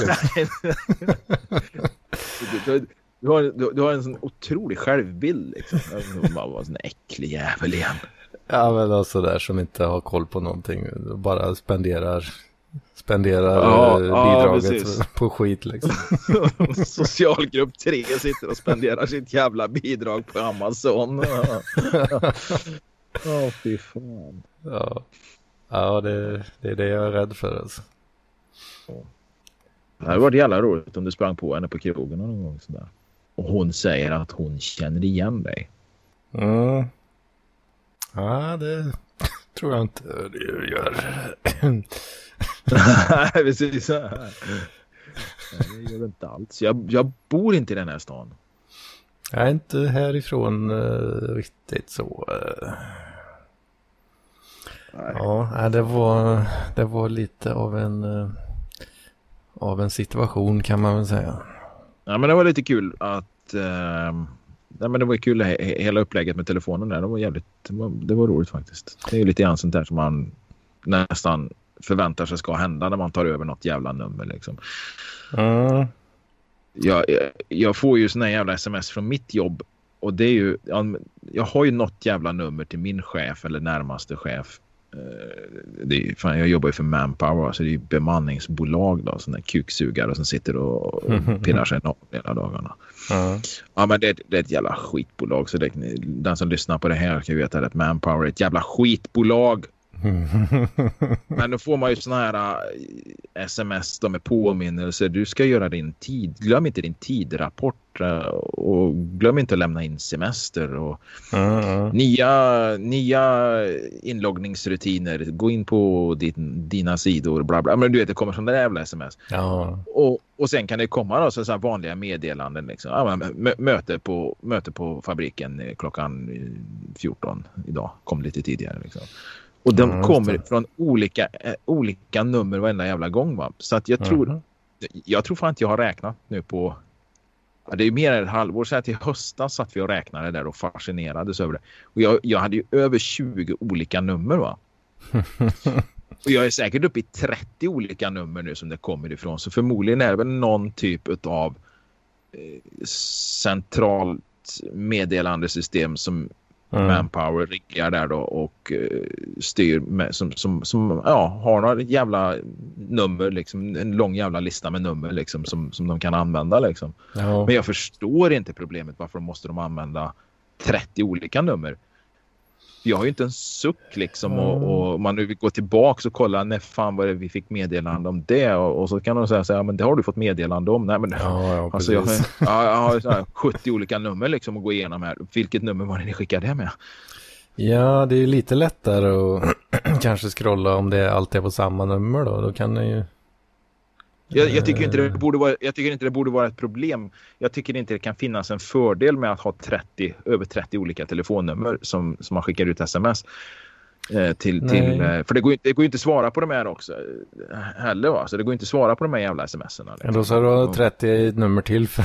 du har en sån otrolig självbild liksom. Man var en sån äcklig jävel igen. Ja, men alltså där som inte har koll på någonting, bara spenderar bidraget på skit liksom. Socialgrupp 3 sitter och spenderar sitt jävla bidrag på Amazon. Fy fan. Ja, det är det jag är rädd för alltså. Det hade varit jävla roligt om du sprang på henne på krogen någon gång sådär. Och hon säger att hon känner igen dig. Ja, det tror jag inte det gör. Nej, precis så här. Det gör det inte alls. Jag bor inte i den här stan. Jag är inte härifrån riktigt så. Ja, det var lite av en situation kan man väl säga. Ja, men det var lite kul att men det var kul hela upplägget med telefonen där. Det var roligt faktiskt. Det är lite grann sånt där som man nästan förväntar sig ska hända när man tar över något jävla nummer liksom. Jag får ju såna jävla sms från mitt jobb, och det är ju, jag har ju något jävla nummer till min chef eller närmaste chef. Jag jobbar ju för Manpower, så det är ju bemanningsbolag då, sådana kuksugare som sitter och pillar sig hela dagarna. Ja, men det är ett jävla skitbolag, så den som lyssnar på det här kan ju veta att Manpower är ett jävla skitbolag. Men då får man ju såna här sms då med påminnelser. Du ska göra din tid. Glöm inte din tidrapport och glöm inte att lämna in semester och nya inloggningsrutiner. Gå in på dina sidor bla bla. Men du vet, det kommer sån där jävla sms. Ja. Och sen kan det komma då så här vanliga meddelanden liksom. Ja, möte på fabriken klockan 14 idag. Kom lite tidigare liksom. Och de kommer från olika nummer varenda jävla gång, va? Så att jag tror fan inte jag har räknat nu på... Ja, det är mer än ett halvår sedan till höstas satt vi och räknade där och fascinerades över det. Och jag hade ju över 20 olika nummer, va? Och jag är säkert uppe i 30 olika nummer nu som det kommer ifrån. Så förmodligen är det väl någon typ av centralt meddelandesystem som Manpower riggar där då och styr med, som har några jävla nummer liksom, en lång jävla lista med nummer liksom som de kan använda liksom. Ja. Men jag förstår inte problemet varför måste de använda 30 olika nummer. Jag har ju inte en suck liksom och man nu vill gå tillbaka och kolla när fan var det vi fick meddelande om det och så kan de säga så här, men det har du fått meddelande om. Nej men alltså jag har så här 70 olika nummer liksom att gå igenom här. Vilket nummer var det ni skickade det med? Ja, det är lite lättare att kanske scrolla om det alltid är på samma nummer då kan det ju... Jag tycker inte det borde vara ett problem. Jag tycker inte det kan finnas en fördel med att ha över 30 olika telefonnummer som man skickar ut sms till för det går ju inte att svara på de här också heller, va? Så det går inte att svara på de här jävla sms:erna. Liksom. Då så har du 30 nummer till för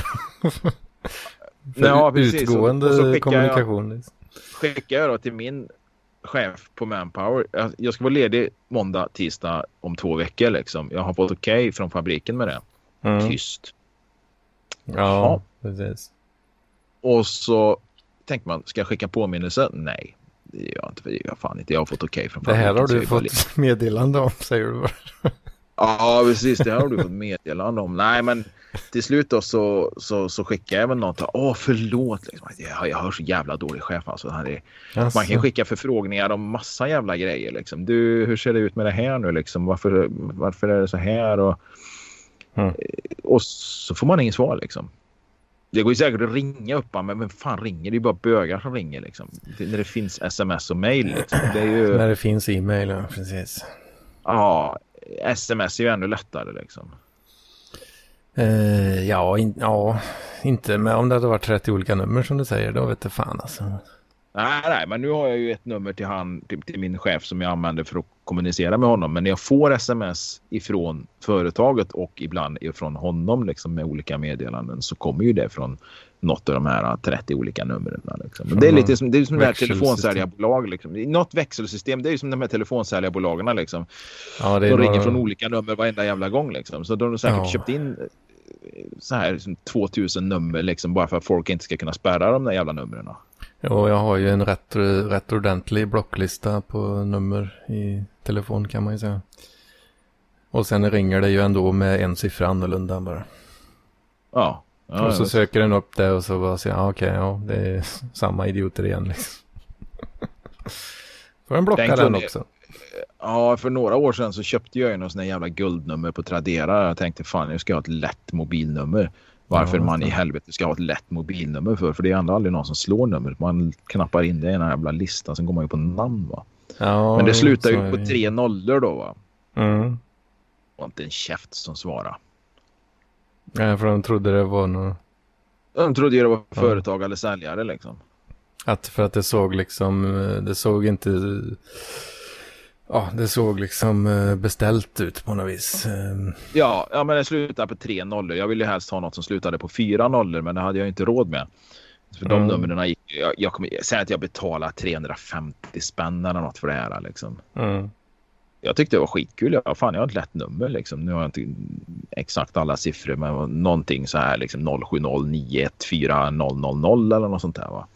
utgående kommunikation. Skickar jag då till min chef på Manpower. Jag ska vara ledig måndag, tisdag om 2 veckor liksom. Jag har fått okej från fabriken med det. Tyst. Ja, precis. Och så tänker man, ska jag skicka påminnelse? Nej, det gör jag inte. För jag fan inte. Jag har fått okej från fabriken. Det här har du fått meddelande om, säger du. Ja, precis. Det här har du fått meddelande om. Nej, men till slut då så skickar jag väl något. Förlåt. Liksom. Jag hör så jävla dålig chef. Alltså. Man kan skicka förfrågningar om massa jävla grejer. Liksom. Du, hur ser det ut med det här nu? Liksom? Varför är det så här? Och så får man ingen svar. Liksom. Det går ju säkert att ringa upp. Men vem fan ringer? Det är ju bara bögar som ringer. Liksom. När det finns sms och mail. Liksom. Det är ju... När det finns e-mail, ja, precis. Ja, sms är ju ännu lättare liksom. Inte med om det hade varit 30 olika nummer som du säger, då vet jag fan alltså. Nej, men nu har jag ju ett nummer till min chef som jag använder för att kommunicera med honom. Men när jag får sms ifrån företaget och ibland ifrån honom liksom, med olika meddelanden så kommer ju det från något av de här 30 olika numren. Liksom. Det är lite som det här telefonsäljarbolag. Liksom. Något växelsystem, det är ju som de här telefonsäljarbolagen. Liksom. Ja, de ringer från olika nummer varenda jävla gång. Liksom. Så de har säkert köpt in så här liksom 2000 nummer liksom, bara för att folk inte ska kunna spärra de där jävla numren. Ja, jag har ju en rätt ordentlig blocklista på nummer i telefon kan man ju säga. Och sen ringer det ju ändå med en siffra annorlunda bara. Ja. Och så söker den upp det och så bara säger okej, det är samma idioter igen liksom. Får den blocka den också? Ja, för några år sedan så köpte jag ju någon sån här jävla guldnummer på Tradera. Jag tänkte fan, jag ska ha ett lätt mobilnummer. Varför man i helvete ska ha ett lätt mobilnummer för det är ändå aldrig någon som slår numret. Man knappar in det i den här jävla listan, sen går man ju på namn, va. Ja, men det slutar ju på 3 nollor då, va. Och inte en käft som svarar. Nej, för de trodde det var något... De trodde ju det var företag eller säljare liksom. För att det såg liksom... Det såg inte... Ja, det såg liksom beställt ut på något vis. Ja, men det slutade på 3 nollor. Jag ville ju helst ha något som slutade på 4 nollor, men det hade jag inte råd med. För de numren gick... Jag kommer säga att jag betalar 350 spänn eller något för det här liksom. Jag tyckte det var skitkul. Jag har ett lätt nummer liksom. Nu har jag inte exakt alla siffror, men någonting så här liksom 070914000 eller något sånt där, va.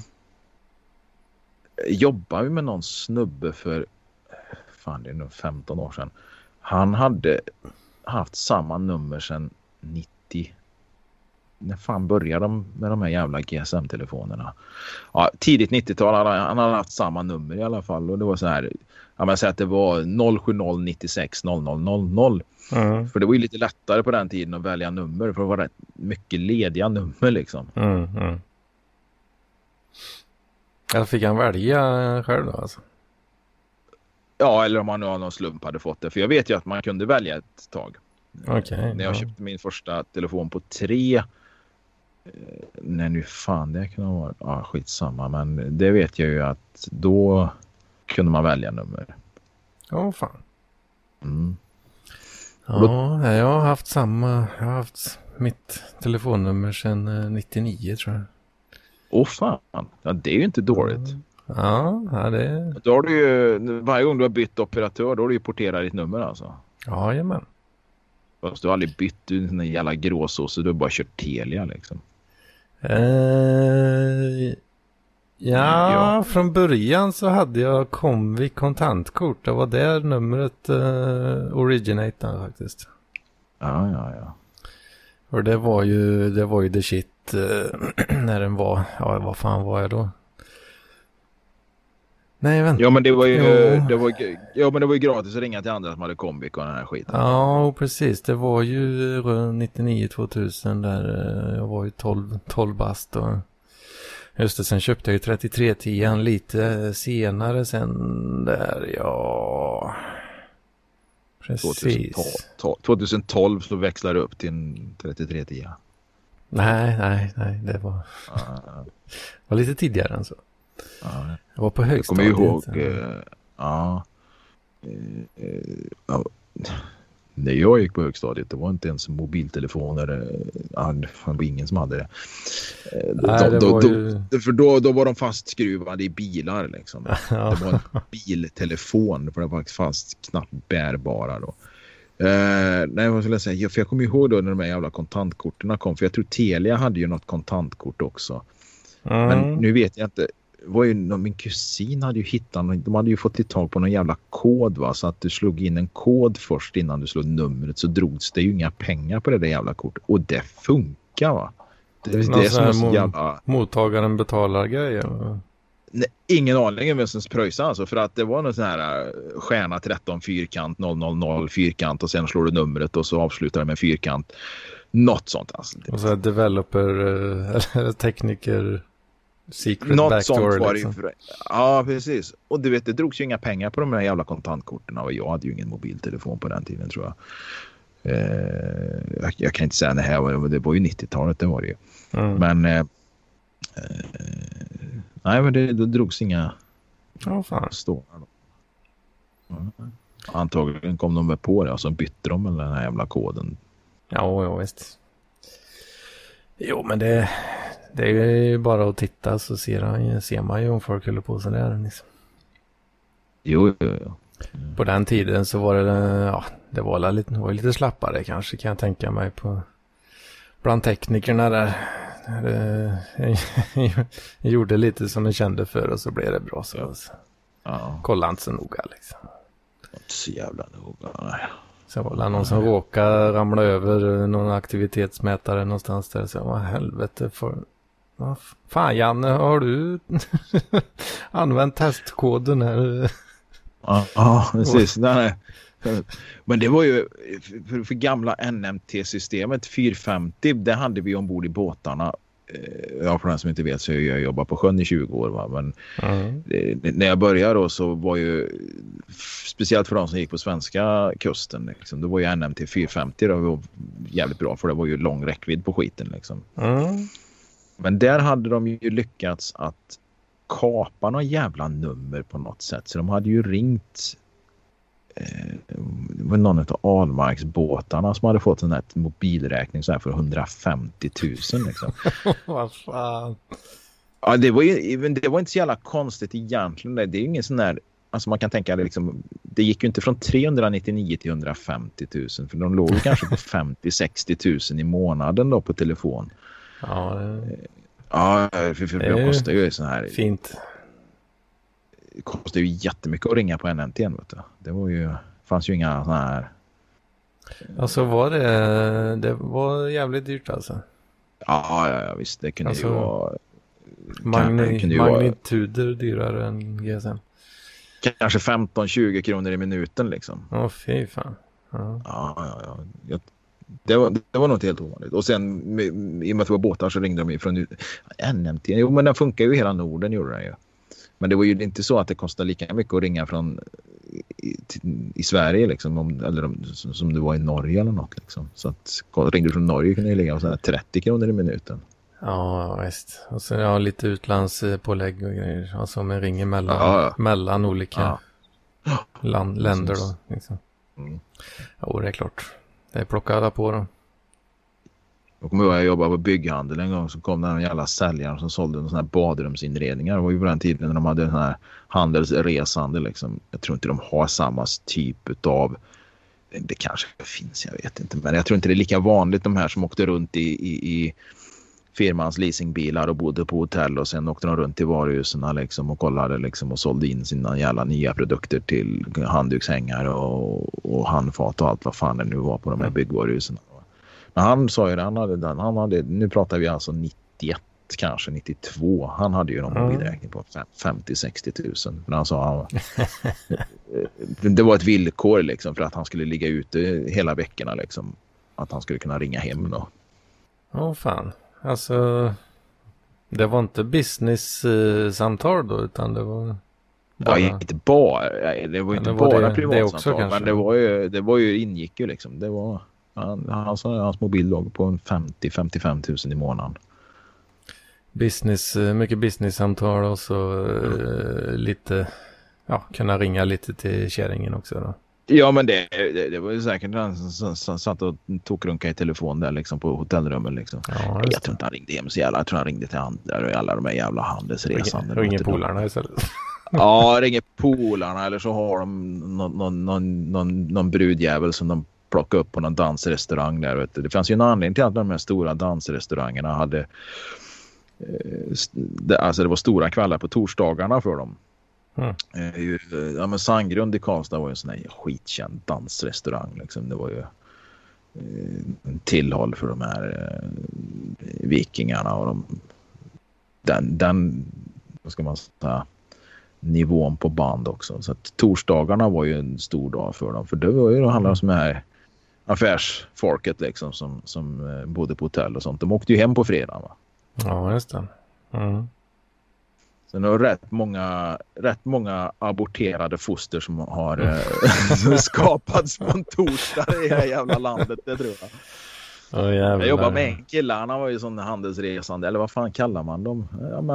Jobbar ju med någon snubbe för det är nog 15 år sedan. Han hade haft samma nummer sedan när fan började de med de här jävla GSM-telefonerna? Ja, tidigt 90-tal han hade haft samma nummer i alla fall. Och det var så här, ja, men säg att det var 070 96 0000. För det var ju lite lättare på den tiden att välja nummer. För det var rätt mycket lediga nummer liksom. Eller fick han välja själv då alltså? Ja, eller om man nu av någon slump hade fått det. För jag vet ju att man kunde välja ett tag. Okay, när jag köpte min första telefon på 3. När nu fan det kunde vara. Ja, skitsamma. Men det vet jag ju att då kunde man välja nummer. Fan. Ja, jag har haft samma. Jag har haft mitt telefonnummer sedan 99 tror jag. Fan. Ja, det är ju inte dåligt. Ja, det... Då har du ju, varje gång du har bytt operatör, då har du ju porterat ditt nummer alltså. Ja, jajamän. Fast du har aldrig bytt en jävla gråsås, så du har bara kört Telia liksom. Ja, från början så hade jag Comviq kontantkort. Det var där numret originatade faktiskt. Ja. Och det var ju the shit när den var, ja vad fan var jag då? Nej, vänta. Ja, men det var ju men det var ju gratis att ringa till andra som hade Comviq och den här skiten. Ja, precis. Det var ju 99-2000 där jag var ju 12 bast och just det, sen köpte jag ju 3310 lite senare sen där, ja. Precis. 2012 så växlade det upp till en 3310. Nej, det var var lite tidigare än så. Jag var på högstadiet. Jag kommer ihåg när jag gick på högstadiet, det var inte ens mobiltelefoner. Det var ingen som hade det. För då var de fastskruvade i bilar liksom. Det var en biltelefon, för det var faktiskt knappt bärbara då. Nej, vad skulle jag säga? För jag kommer ihåg då när de här jävla kontantkorten kom, för jag tror Telia hade ju något kontantkort också. Men nu vet jag inte. Var ju, min kusin hade ju hittat, de hade ju fått tag på någon jävla kod, va, så att du slog in en kod först innan du slog numret, så drogs det ju inga pengar på det där jävla kortet, och det funkar, va. Det är som en så jävla mottagaren betalar grejer. Nej, ingen aning om vem som pröjsade alltså, för att det var någon sån här stjärna 13 fyrkant 000 fyrkant och sen slår du numret och så avslutar det med fyrkant, något sånt alltså. Och så developer eller tekniker secret något backdoor sånt var liksom. det. Ja, precis. Och du vet, det drogs ju inga pengar på de här jävla kontantkorten, och jag hade ju ingen mobiltelefon på den tiden, tror jag. Jag kan inte säga det här, det var ju 90-talet, det var det ju. Men nej, men det drogs inga stålar då. Antagligen kom de väl på det och så bytte de med den här jävla koden. Ja, visst. Jo, men det är ju bara att titta, så ser man ju om folk håller på sådär liksom. Jo. På den tiden så var det var lite slappare kanske, kan jag tänka mig, på bland teknikerna där. Jag gjorde lite som jag kände för, och så blev det bra så. Ja. Kolla inte så noga liksom. Inte så jävla noga. Så var det någon som råkade ramla över någon aktivitetsmätare någonstans där, så vad helvete fan, Janne, har du använt testkoden här? Ja, precis. Nej. Men det var ju för gamla NMT-systemet 450, det hade vi ombord i båtarna. Ja, för den som inte vet så jag jobbar på sjön i 20 år, va? Men när jag började då så var ju, speciellt för de som gick på svenska kusten liksom, då var ju NMT 450 då var jävligt bra, för det var ju lång räckvidd på skiten liksom. Men där hade de ju lyckats att kapa några jävla nummer på något sätt, så de hade ju ringt det var någon av Almarks båtarna som hade fått en här mobilräkning så här för 150 000 liksom. Vad fan. Ja, det var inte så jävla konstigt egentligen. Det är ju ingen sån där, alltså man kan tänka det liksom, det gick ju inte från 399 till 150 000, för de låg kanske på 50-60 000 i månaden då på telefon. Ja, för det kostar ju sån här fint. Det kostar ju jättemycket att ringa på NMT, vet du. Det var ju, fanns ju inga såna här. Alltså det var jävligt dyrt alltså. Ja, visst. Det kunde Alltså, ju vara... magnituder dyrare än GSM. Kanske 15-20 kronor i minuten liksom. Fy fan. Ja. Ja. Det var något helt ovanligt. Och sen i och med att det var båtar så ringde de ju från NMT. Jo, men den funkar ju i hela Norden, gjorde den ju. Men det var ju inte så att det kostade lika mycket att ringa från i Sverige liksom, som det var i Norge eller något liksom. Så att ringde du från Norge kunde det ligga på 30 kronor i minuten. Ja, visst. Och sen lite utlandspålägg och grejer. Alltså man ringer mellan olika länder då. Liksom. Ja, det är klart. Det är plockade på då. Jag kommer ihåg att jag jobbade på bygghandel en gång, så kom den jävla säljaren som sålde sådana här badrumsinredningar. Det var ju på den tiden när de hade den här handelsresande liksom. Jag tror inte de har samma typ av, det kanske finns, jag vet inte, men jag tror inte det är lika vanligt de här som åkte runt i firmans leasingbilar och bodde på hotell och sen åkte de runt i varuhusen liksom och kollade liksom och sålde in sina jävla nya produkter till handdukshängare och handfat och allt vad fan det nu var på de här byggvaruhusen. Men han sa ju det, han hade, nu pratar vi alltså 91 kanske 92, han hade ju någon mobilräkning på 50-60 000. Men han sa det var ett villkor liksom för att han skulle ligga ute hela veckorna liksom, att han skulle kunna ringa hem då. Fan. Alltså, det var inte business-samtal då, utan det var bara... Ja, inte bara. Det var inte bara privatsamtal, men det var ju ingick ju liksom. Det var hans mobil låg på en 50-55 000 i månaden. Mycket business-samtal och så lite, kunna ringa lite till kärringen också då. Ja, men det var ju säkert han som satt och tog runka i telefon där liksom på hotellrummet liksom. Ja, jag tror inte han ringde hem så jävla. Jag tror han ringde till andra och alla de här jävla handelsresande. Ringer polarna istället. Ja, ringer polarna eller så har de någon brudjävel som de plockade upp på någon dansrestaurang där, vet du. Det fanns ju en anledning till att de här stora dansrestaurangerna hade alltså det var stora kvällar på torsdagarna för dem. Ja, men Sandgrund i Karlstad var ju en sån här skitkänd dansrestaurang liksom. Det var ju en tillhåll för de här vikingarna och den vad ska man säga, nivån på band också. Så att torsdagarna var ju en stor dag för dem, för det var ju det handlar om som här affärsfolket liksom som bodde på hotell och sånt. De åkte ju hem på fredag, va? Ja, just det. Så det är rätt många aborterade foster som har skapats på en torsdag i det här jävla landet, det tror jag. Jag jobbar med en kille, han var ju sån handelsresande, eller vad fan kallar man dem?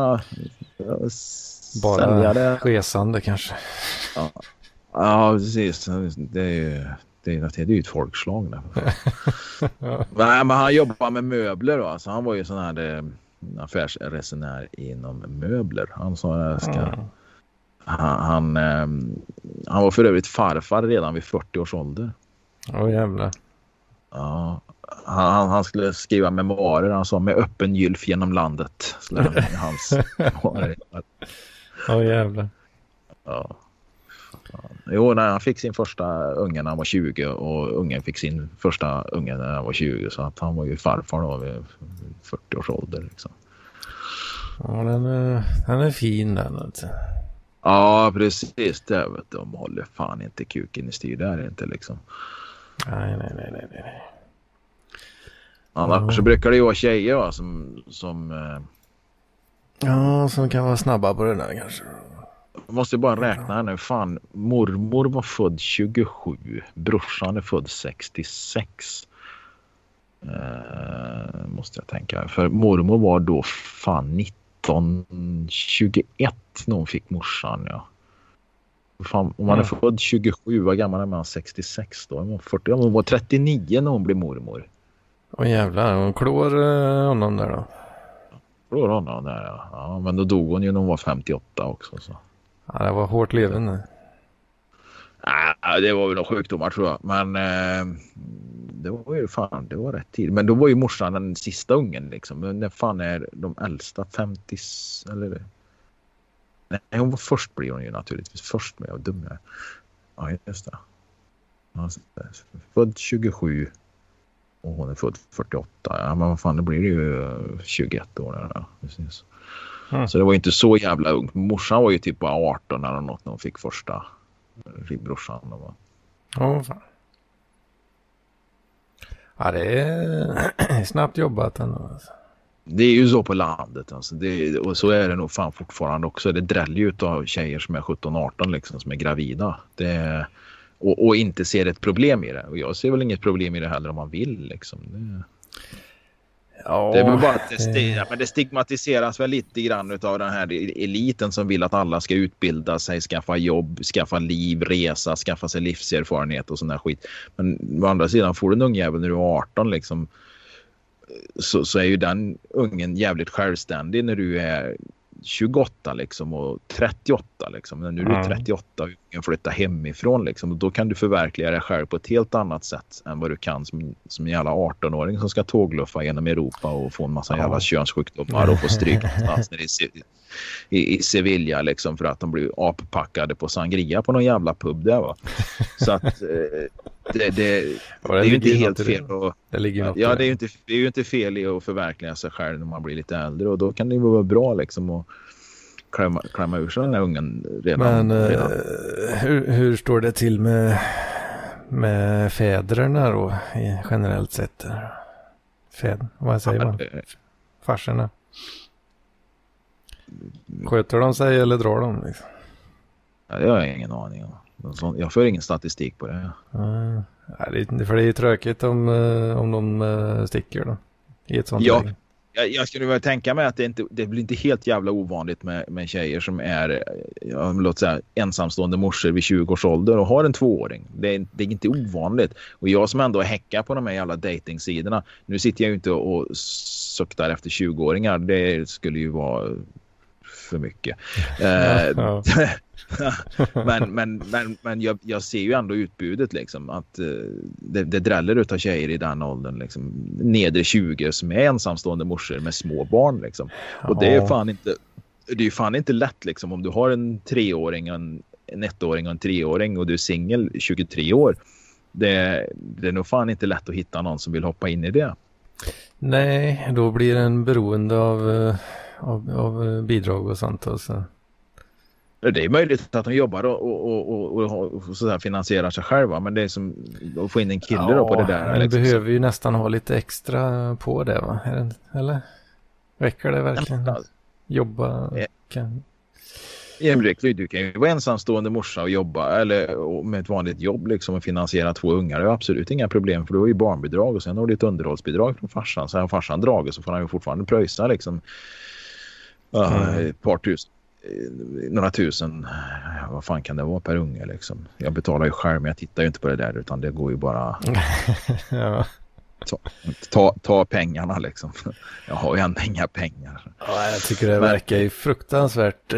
Bara resande kanske. Ja, precis. Det är ju ett folkslag där. Nej, men han jobbar med möbler då. Så han var ju sån här affärsresenär inom möbler. Han sa han var för övrigt farfar redan vid 40 års ålder. Jävlar. Ja, han skulle skriva memoarer. Han sa med öppen gylf genom landet. Hans memoarer. Jävlar. Ja. Jo, när han fick sin första unge när han var 20 och ungen fick sin första unge när han var 20, så att han var ju farfar då vid 40 års ålder liksom. Ja, den är fin den alltså. Ja, precis. Det vet de håller fan inte kuken i styr där inte liksom. Nej. Annars så brukar det ju vara tjejer va, som som kan vara snabba på det där kanske. Jag måste bara räkna här nu. Fan, mormor var född 27. Brorsan är född 66. Måste jag tänka. För mormor var då fan 1921 när hon fick morsan, ja. Fan, om man är född 27, vad gammal är man? 66 då? Hon var 39 när hon blev mormor. Jävlar, hon klår honom där då. Klår honom där, ja. Ja. Men då dog hon ju när hon var 58 också, så. Ja, det var hårt levande. Det var väl några sjukdomar tror jag. Men det var ju fan, det var rätt tid. Men då var ju morsan den sista ungen liksom. Men när fan är de äldsta 50 eller? Nej, hon var först, blir hon ju naturligtvis först med och dumma. Ja, just det. Född 27. Och hon är född 48. Ja, men vad fan, det blir ju 21 år där. Precis. Så det var inte så jävla ungt. Morsan var ju typ bara 18 eller något när hon fick första brorsan. Ja, fan. Ja, det är snabbt jobbat ändå. Alltså. Det är ju så på landet. Alltså. Och så är det nog fan fortfarande också. Det dräller ju av tjejer som är 17-18 liksom, som är gravida. Och inte ser ett problem i det. Och jag ser väl inget problem i det heller om man vill. Liksom. Det är väl bara att det stigmatiseras väl lite grann av den här eliten som vill att alla ska utbilda sig, skaffa jobb, skaffa liv, resa, skaffa sig livserfarenhet och sån där skit. Men å andra sidan, får du en ung jävel när du är 18 liksom, så är ju den ungen jävligt självständig när du är 28 liksom och 38 liksom. Men nu är du 38 och kan flytta hemifrån liksom, och då kan du förverkliga dig själv på ett helt annat sätt än vad du kan som en jävla 18-åring som ska tågluffa genom Europa och få en massa jävla könssjukdomar och få stryk någonstans i Sevilla liksom, för att de blir appackade på sangria på någon jävla pub där, va. Så att det är ju inte helt fel. Det är ju inte fel i att förverkliga sig själv när man blir lite äldre, och då kan det vara bra liksom att klämma ur sig den här ungen redan. Men hur står det till med fäderna då generellt sett? Vad säger man? Farserna. Sköter de sig eller drar de liksom? Ja, det har jag ingen aning om. Jag får ingen statistik på det. För det är ju tråkigt om de sticker då, i ett sånt läge. Jag skulle väl tänka mig att det blir inte helt jävla ovanligt med tjejer som är, låt säga, ensamstående morsor vid 20 års ålder och har en 2-åring. Det är inte ovanligt. Och jag som ändå häckar på de här jävla datingsidorna, nu sitter jag ju inte och suktar efter 20-åringar. Det skulle ju vara för mycket. Men jag ser ju ändå utbudet liksom, att det dräller ut av tjejer i den åldern liksom, nedre 20 som är ensamstående morsor med små barn liksom. Och det är fan inte lätt liksom, om du har en 3-åring, en 1-åring och en 3-åring och du är singel 23 år. Det är nog fan inte lätt att hitta någon som vill hoppa in i det. Nej, då blir den beroende av bidrag och sånt alltså. Det är möjligt att de jobbar och så där finansierar sig själva, men det är som att få in en kille då på det där. Ja, liksom. Behöver ju nästan ha lite extra på det, va? Eller? Räcker det verkligen? Jobba? Du kan ju vara ensamstående morsa och jobba eller med ett vanligt jobb liksom, och finansiera 2 ungar. Det är absolut inga problem, för du har ju barnbidrag och sen har du ett underhållsbidrag från farsan. Så har farsan dragit så får han ju fortfarande pröjsa liksom, ett par tusen, några tusen, vad fan kan det vara per unge liksom. Jag betalar ju själv, men jag tittar ju inte på det där, utan det går ju bara ta pengarna liksom. Jag har ju ändå inga pengar. Ja, jag tycker det verkar ju fruktansvärt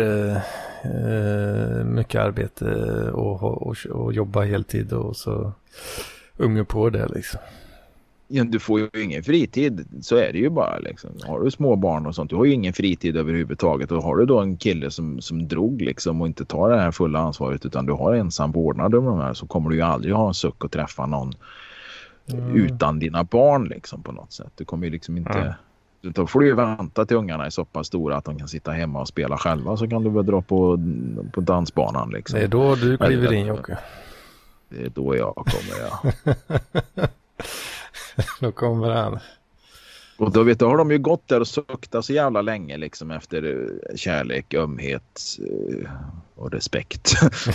mycket arbete och jobba heltid och så unge på det liksom. Ja, du får ju ingen fritid, så är det ju bara liksom. Har du små barn och sånt, du har ju ingen fritid överhuvudtaget, och har du då en kille som drog liksom och inte tar det här fulla ansvaret, utan du har ensam vårdnad om de här, så kommer du ju aldrig ha en suck och träffa någon utan dina barn liksom, på något sätt. Du kommer ju liksom inte då får du ju vänta till ungarna är så pass stora att de kan sitta hemma och spela själva, så kan du väl dra på dansbanan liksom. Det är då du kliver in, Jocke. Det är då jag kommer, ja. Då kommer han. Och då har de ju gått där och suktat så jävla länge liksom, efter kärlek, ömhet och respekt.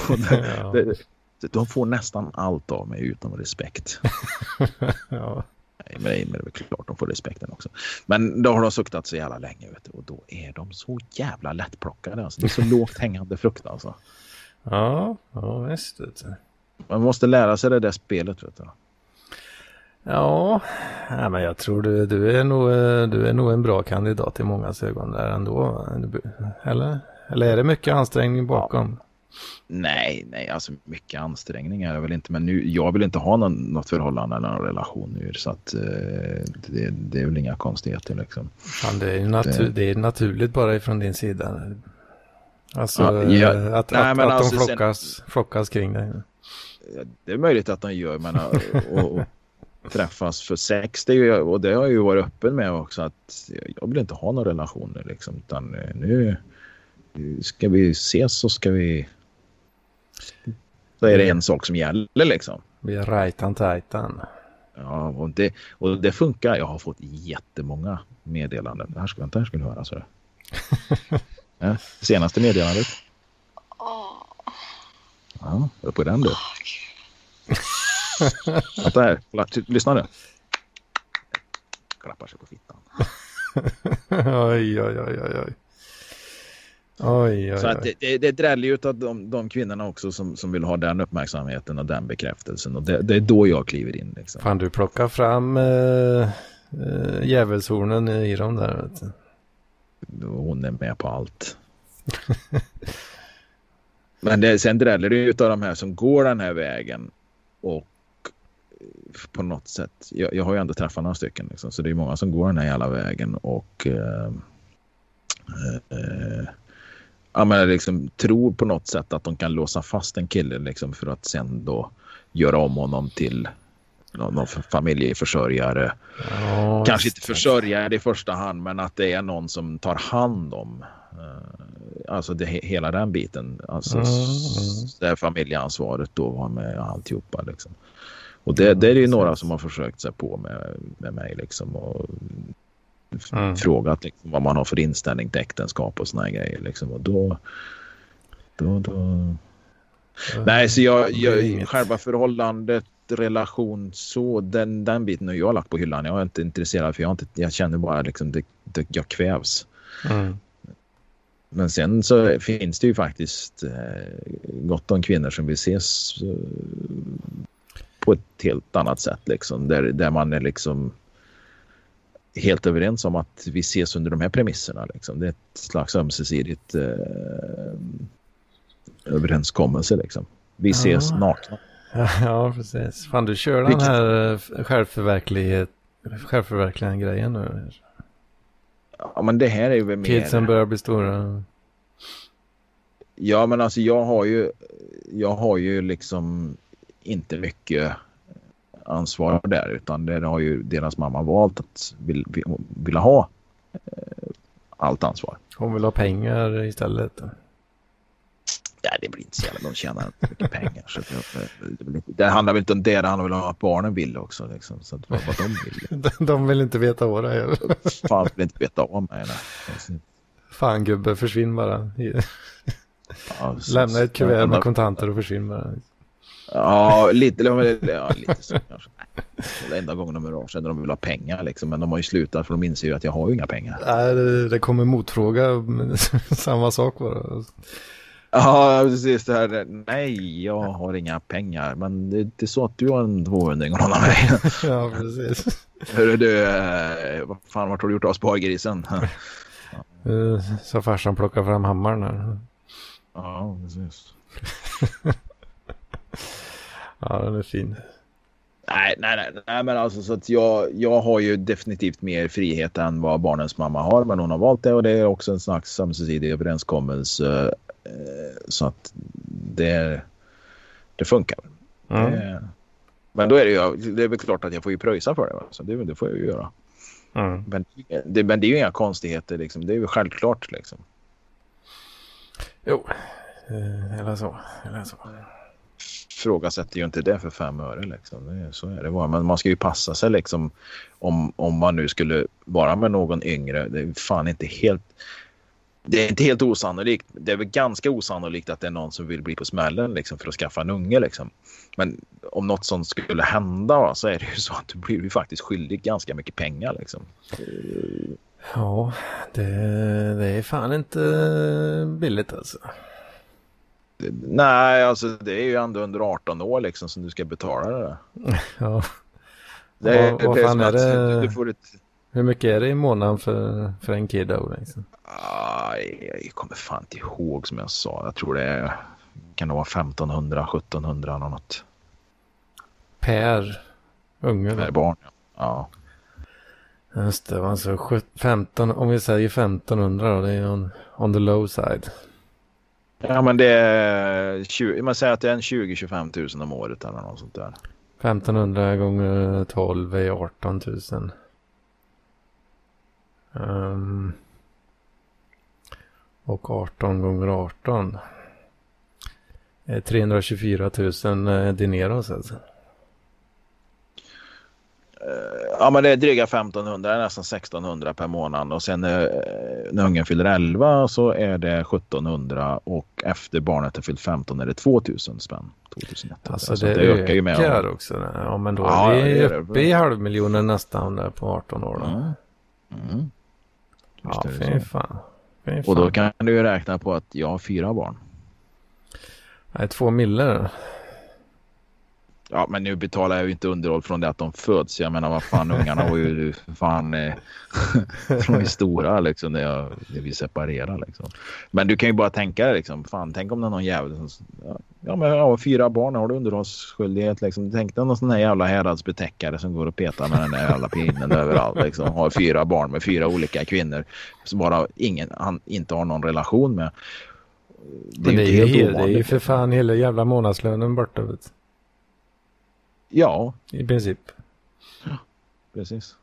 De får nästan allt av mig utom respekt. Ja. Nej, men det är väl klart de får respekten också. Men då har de suktat så jävla länge, vet du, och då är de så jävla lättplockade. Alltså. Det är så lågt hängande frukt alltså. Ja, visst. Man måste lära sig det där spelet, vet du. Ja, men jag tror du är nog en bra kandidat i många ögon där ändå. Eller är det mycket ansträngning bakom? Ja. Nej, alltså mycket ansträngning är det väl inte. Men nu, jag vill inte ha något förhållande eller någon relation nu. Så att det är väl inga konstigheter liksom. Fan, det är naturligt bara ifrån din sida. Alltså att de flockas kring dig. Det är möjligt att de gör, men träffas för sex. Det är ju, och det har jag ju varit öppen med också, att jag vill inte ha några relationer liksom, utan nu ska vi ses så ska vi, så är det en sak som gäller liksom. Vi är rajtan-tajtan. Ja, och det funkar. Jag har fått jättemånga meddelanden. Det här ska du höra så. Ja, senaste meddelandet. Ja, hör på den du. Vänta här, lyssna nu. Klappar sig på fittan. Oj. Så att det dräller ju av de kvinnorna också som vill ha den uppmärksamheten och den bekräftelsen. Och det är då jag kliver in. Liksom. Fan, du plockar fram djävulshornen i dem där. Vet du. Hon är med på allt. Men sen dräller det ju av de här som går den här vägen. Och på något sätt, jag har ju ändå träffat några stycken. Liksom, så det är många som går den här jävla vägen. Och ja, men liksom tror på något sätt att de kan låsa fast en kille liksom, för att sen då göra om honom till någon familjeförsörjare. Kanske inte försörjare i första hand, men att det är någon som tar hand om alltså hela den biten. Alltså det är familjeansvaret då var med alltihopa liksom. Och det är ju några som har försökt sig på med mig liksom, och frågat liksom, vad man har för inställning till äktenskap och såna här grejer liksom. Och då nej, så jag själva förhållandet, relation, så den biten har jag lagt på hyllan. Jag är inte intresserad, för jag känner bara liksom jag kvävs. Men sen så finns det ju faktiskt gott om kvinnor som vill ses på ett helt annat sätt liksom, där man är liksom helt överens om att vi ses under de här premisserna liksom. Det är ett slags ömsesidigt överenskommelse liksom. Vi ses nakna. Ja, precis. Fan, du kör den här självförverkligande grejen nu. Ja, men det här är ju mer... Kidsen börjar bli stora. Ja, men alltså jag har ju liksom inte mycket ansvar där, utan det har ju deras mamma valt att vilja ha allt ansvar. Hon vill ha pengar istället. Nej, det blir inte så jävla, de tjänar inte mycket pengar. Så det handlar väl inte om det handlar väl om att barnen vill också. Liksom, så att vad de vill. De vill inte veta vad det är. Fan vill inte veta om mig. Fan gubbe, försvinn bara. Ja, lämna ett kuvert med kontanter och försvinn bara. Ja, lite så kanske. Det är enda gången de är rör sig när de vill ha pengar liksom, men de har ju slutat för de inser ju att jag har ju inga pengar. Nej, det kommer motfråga samma sak bara. Ja, precis det här. Nej, jag har inga pengar, men det är så att du har en 200 och någon av mig. Ja, precis. Hörru du, vad fan har du gjort av spargrisen? Så farsan plockar fram hammaren här. Ja, precis. Ja, den är fin. Nej, men alltså så att jag har ju definitivt mer frihet än vad barnens mamma har, men hon har valt det, och det är också en slags samtidig överenskommelse, så att det funkar. Men då är det är väl klart att jag får ju pröjsa för det, så det får jag ju göra. Men det är ju inga konstigheter liksom, det är ju självklart liksom. Jo, eller så. Frågasätter ju inte det för 5 öre liksom. Så är det bara. Men man ska ju passa sig liksom, om man nu skulle vara med någon yngre. Det är fan inte helt, det är inte helt osannolikt. Det är väl ganska osannolikt att det är någon som vill bli på smällen liksom, för att skaffa en unge liksom. Men om något sånt skulle hända, så är det ju så att du blir ju faktiskt skyldig ganska mycket pengar liksom. Ja, det är fan inte billigt alltså. Nej, alltså det är ju ändå under 18 år liksom som du ska betala det. Ja. Vad fan är det? Du får ett... Hur mycket är det i månaden för en kid då liksom? Jag kommer fan inte ihåg, som jag sa. Jag tror det kan vara 1500-1700 eller något. Per unge? Per barn, ja. Just det, alltså 15, om vi säger 1500 då, det är on the low side. Ja, men det är man säger att det är en 20-25 000 om året eller något sånt där. 1500 gånger 12 är 18 000. Och 18 gånger 18 är 324 000 dineros alltså. Ja, men det är dryga 1500, nästan 1600 per månad. Och sen när ungen fyller 11 så är det 1700 och efter barnet har fyllt 15 är det 2000 spänn. 2100. Alltså det ökar ju med också. Ja, men då är vi uppe i 500 000 nästan där på 18 år då. Mm. Ja, fy fan. Och då kan du ju räkna på att jag har 4 barn. Nej, 2 miller. Ja, men nu betalar jag ju inte underhåll från det att de föds. Jag menar, vad fan, ungarna var ju fan de är stora liksom när vi separerar liksom. Men du kan ju bara tänka liksom, fan, tänk om det är någon jävel som, ja men jag har 4 barn, har du underhållsskyldighet liksom. Tänk dig någon sån här jävla häradsbetäckare som går och petar med den där jävla pinnen överallt liksom. Har 4 barn med 4 olika kvinnor som bara han inte har någon relation med. Det är ju för fan hela jävla månadslönen borta, vet. Ja. I princip. Ja, precis.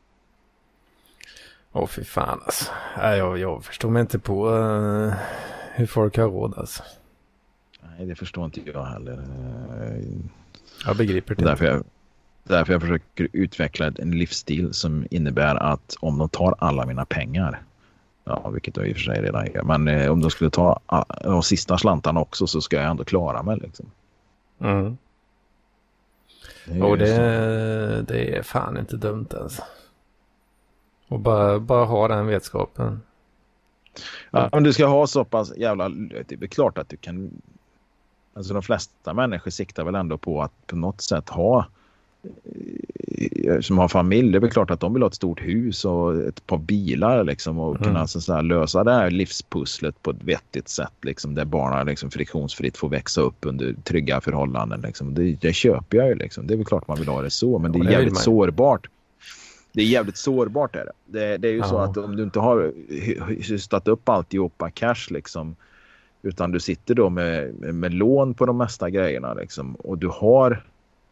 Åh, fy fan alltså. Jag förstår mig inte på hur folk har råd alltså. Nej, det förstår inte jag heller. Jag begriper det. Därför jag försöker utveckla en livsstil som innebär att om de tar alla mina pengar, ja, vilket jag i och för sig redan gör, men om de skulle ta de sista slantarna också så ska jag ändå klara mig liksom. Mm. Och det är fan inte dumt alltså. Och bara ha den vetskapen. Ja, men du ska ha så pass jävla... Det är klart att du kan... Alltså de flesta människor siktar väl ändå på att på något sätt ha... Som har familj, det är väl klart att de vill ha ett stort hus och ett par bilar liksom, och kunna så här, lösa det här livspusslet på ett vettigt sätt liksom, där barnen liksom friktionsfritt får växa upp under trygga förhållanden liksom. Det köper jag ju liksom. Det är väl klart man vill ha det så, men det är jävligt sårbart. Det är jävligt sårbart är det. Det är ju så att om du inte har hystat upp alltihopa cash liksom, utan du sitter då med lån på de mesta grejerna liksom, och du har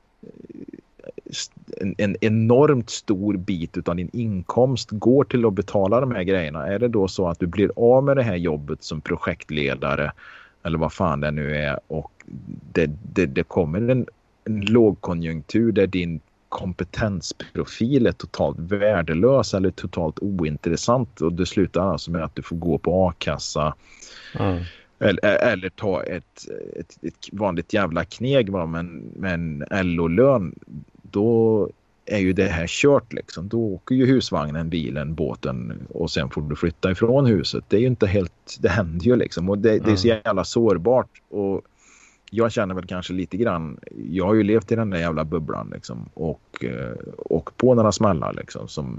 en enormt stor bit utav din inkomst går till att betala de här grejerna. Är det då så att du blir av med det här jobbet som projektledare eller vad fan det nu är, och det kommer en lågkonjunktur där din kompetensprofil är totalt värdelös eller totalt ointressant, och det slutar alltså med att du får gå på a-kassa eller ta ett vanligt jävla kneg med en LO-lön, då är ju det här kört liksom. Då åker ju husvagnen, bilen, båten och sen får du flytta ifrån huset. Det är ju inte helt, det händer ju liksom, och det är så jävla sårbart, och jag känner väl kanske lite grann, jag har ju levt i den där jävla bubblan liksom, och på några smällar liksom som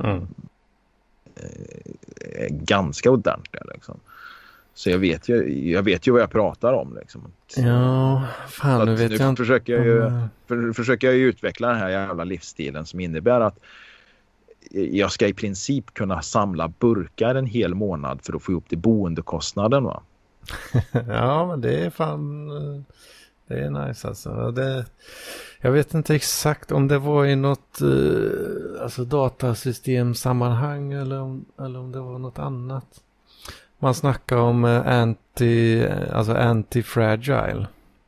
är ganska ordentliga liksom. Så jag vet ju vad jag pratar om liksom. Ja, fan, nu vet jag inte. Försöker jag ju utveckla den här jävla livsstilen som innebär att jag ska i princip kunna samla burkar en hel månad för att få ihop till boendekostnaden, va? Ja, men det är fan... Det är nice alltså. Jag vet inte exakt om det var i något alltså datasystemsammanhang eller om det var något annat. Man snackar om anti-fragile.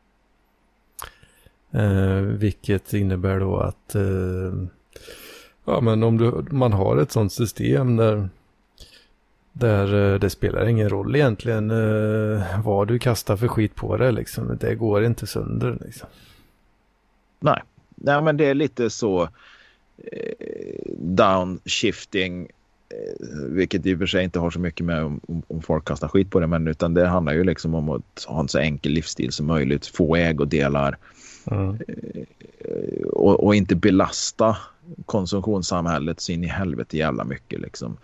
Vilket innebär då att ja, men om man har ett sånt system där det spelar ingen roll egentligen vad du kastar för skit på det liksom. Det går inte sönder liksom. Nej, men det är lite så downshifting, vilket i och för sig inte har så mycket med om folk kastar skit på det, men utan det handlar ju liksom om att ha en så enkel livsstil som möjligt, få ägodelar och inte belasta konsumtionssamhället så in i helvete jävla mycket liksom.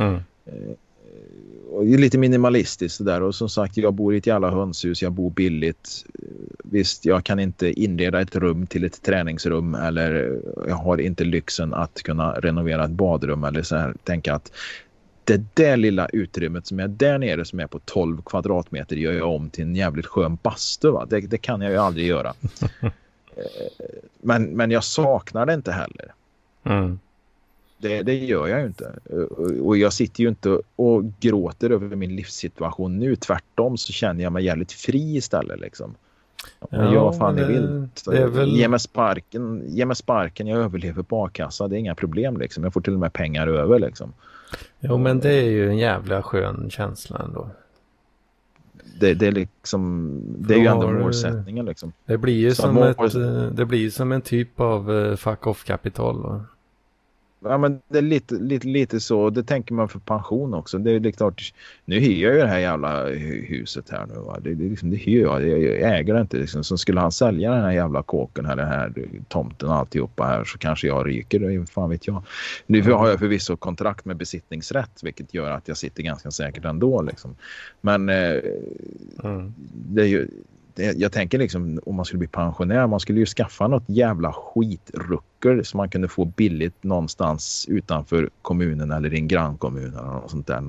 Och lite minimalistiskt där, och som sagt, jag bor i ett jävla hönshus, jag bor billigt. Visst, jag kan inte inreda ett rum till ett träningsrum, eller jag har inte lyxen att kunna renovera ett badrum eller så här. Tänka att det där lilla utrymmet som är där nere, som är på 12 kvadratmeter, gör jag om till en jävligt skön bastu, va? Det kan jag ju aldrig göra. Men jag saknar det inte heller. Mm. Det gör jag ju inte. Och jag sitter ju inte och gråter över min livssituation nu. Tvärtom så känner jag mig jävligt fri istället liksom. Jag gör vad fan ni vill. Ge mig sparken, jag överlever på a-kassa. Det är inga problem liksom. Jag får till och med pengar över liksom. Jo, men det är ju en jävla skön känsla ändå. Det är liksom, det är ju ändå målsättningen liksom. Det blir ju som en typ av fuck off-kapital då. Ja, men det är lite så. Det tänker man för pension också. Det är klart, nu hyr jag ju det här jävla huset här nu. Va? Det hyr jag. Jag äger det inte. Liksom. Så skulle han sälja den här jävla kåken här, den här tomten och alltihopa här, så kanske jag ryker. Det fan vet jag. Nu har jag förvisso kontrakt med besittningsrätt, vilket gör att jag sitter ganska säkert ändå. Liksom. Men det är ju... Jag tänker liksom, om man skulle bli pensionär, man skulle ju skaffa något jävla skitrucker som man kunde få billigt någonstans utanför kommunen eller i en grannkommun eller något sånt där.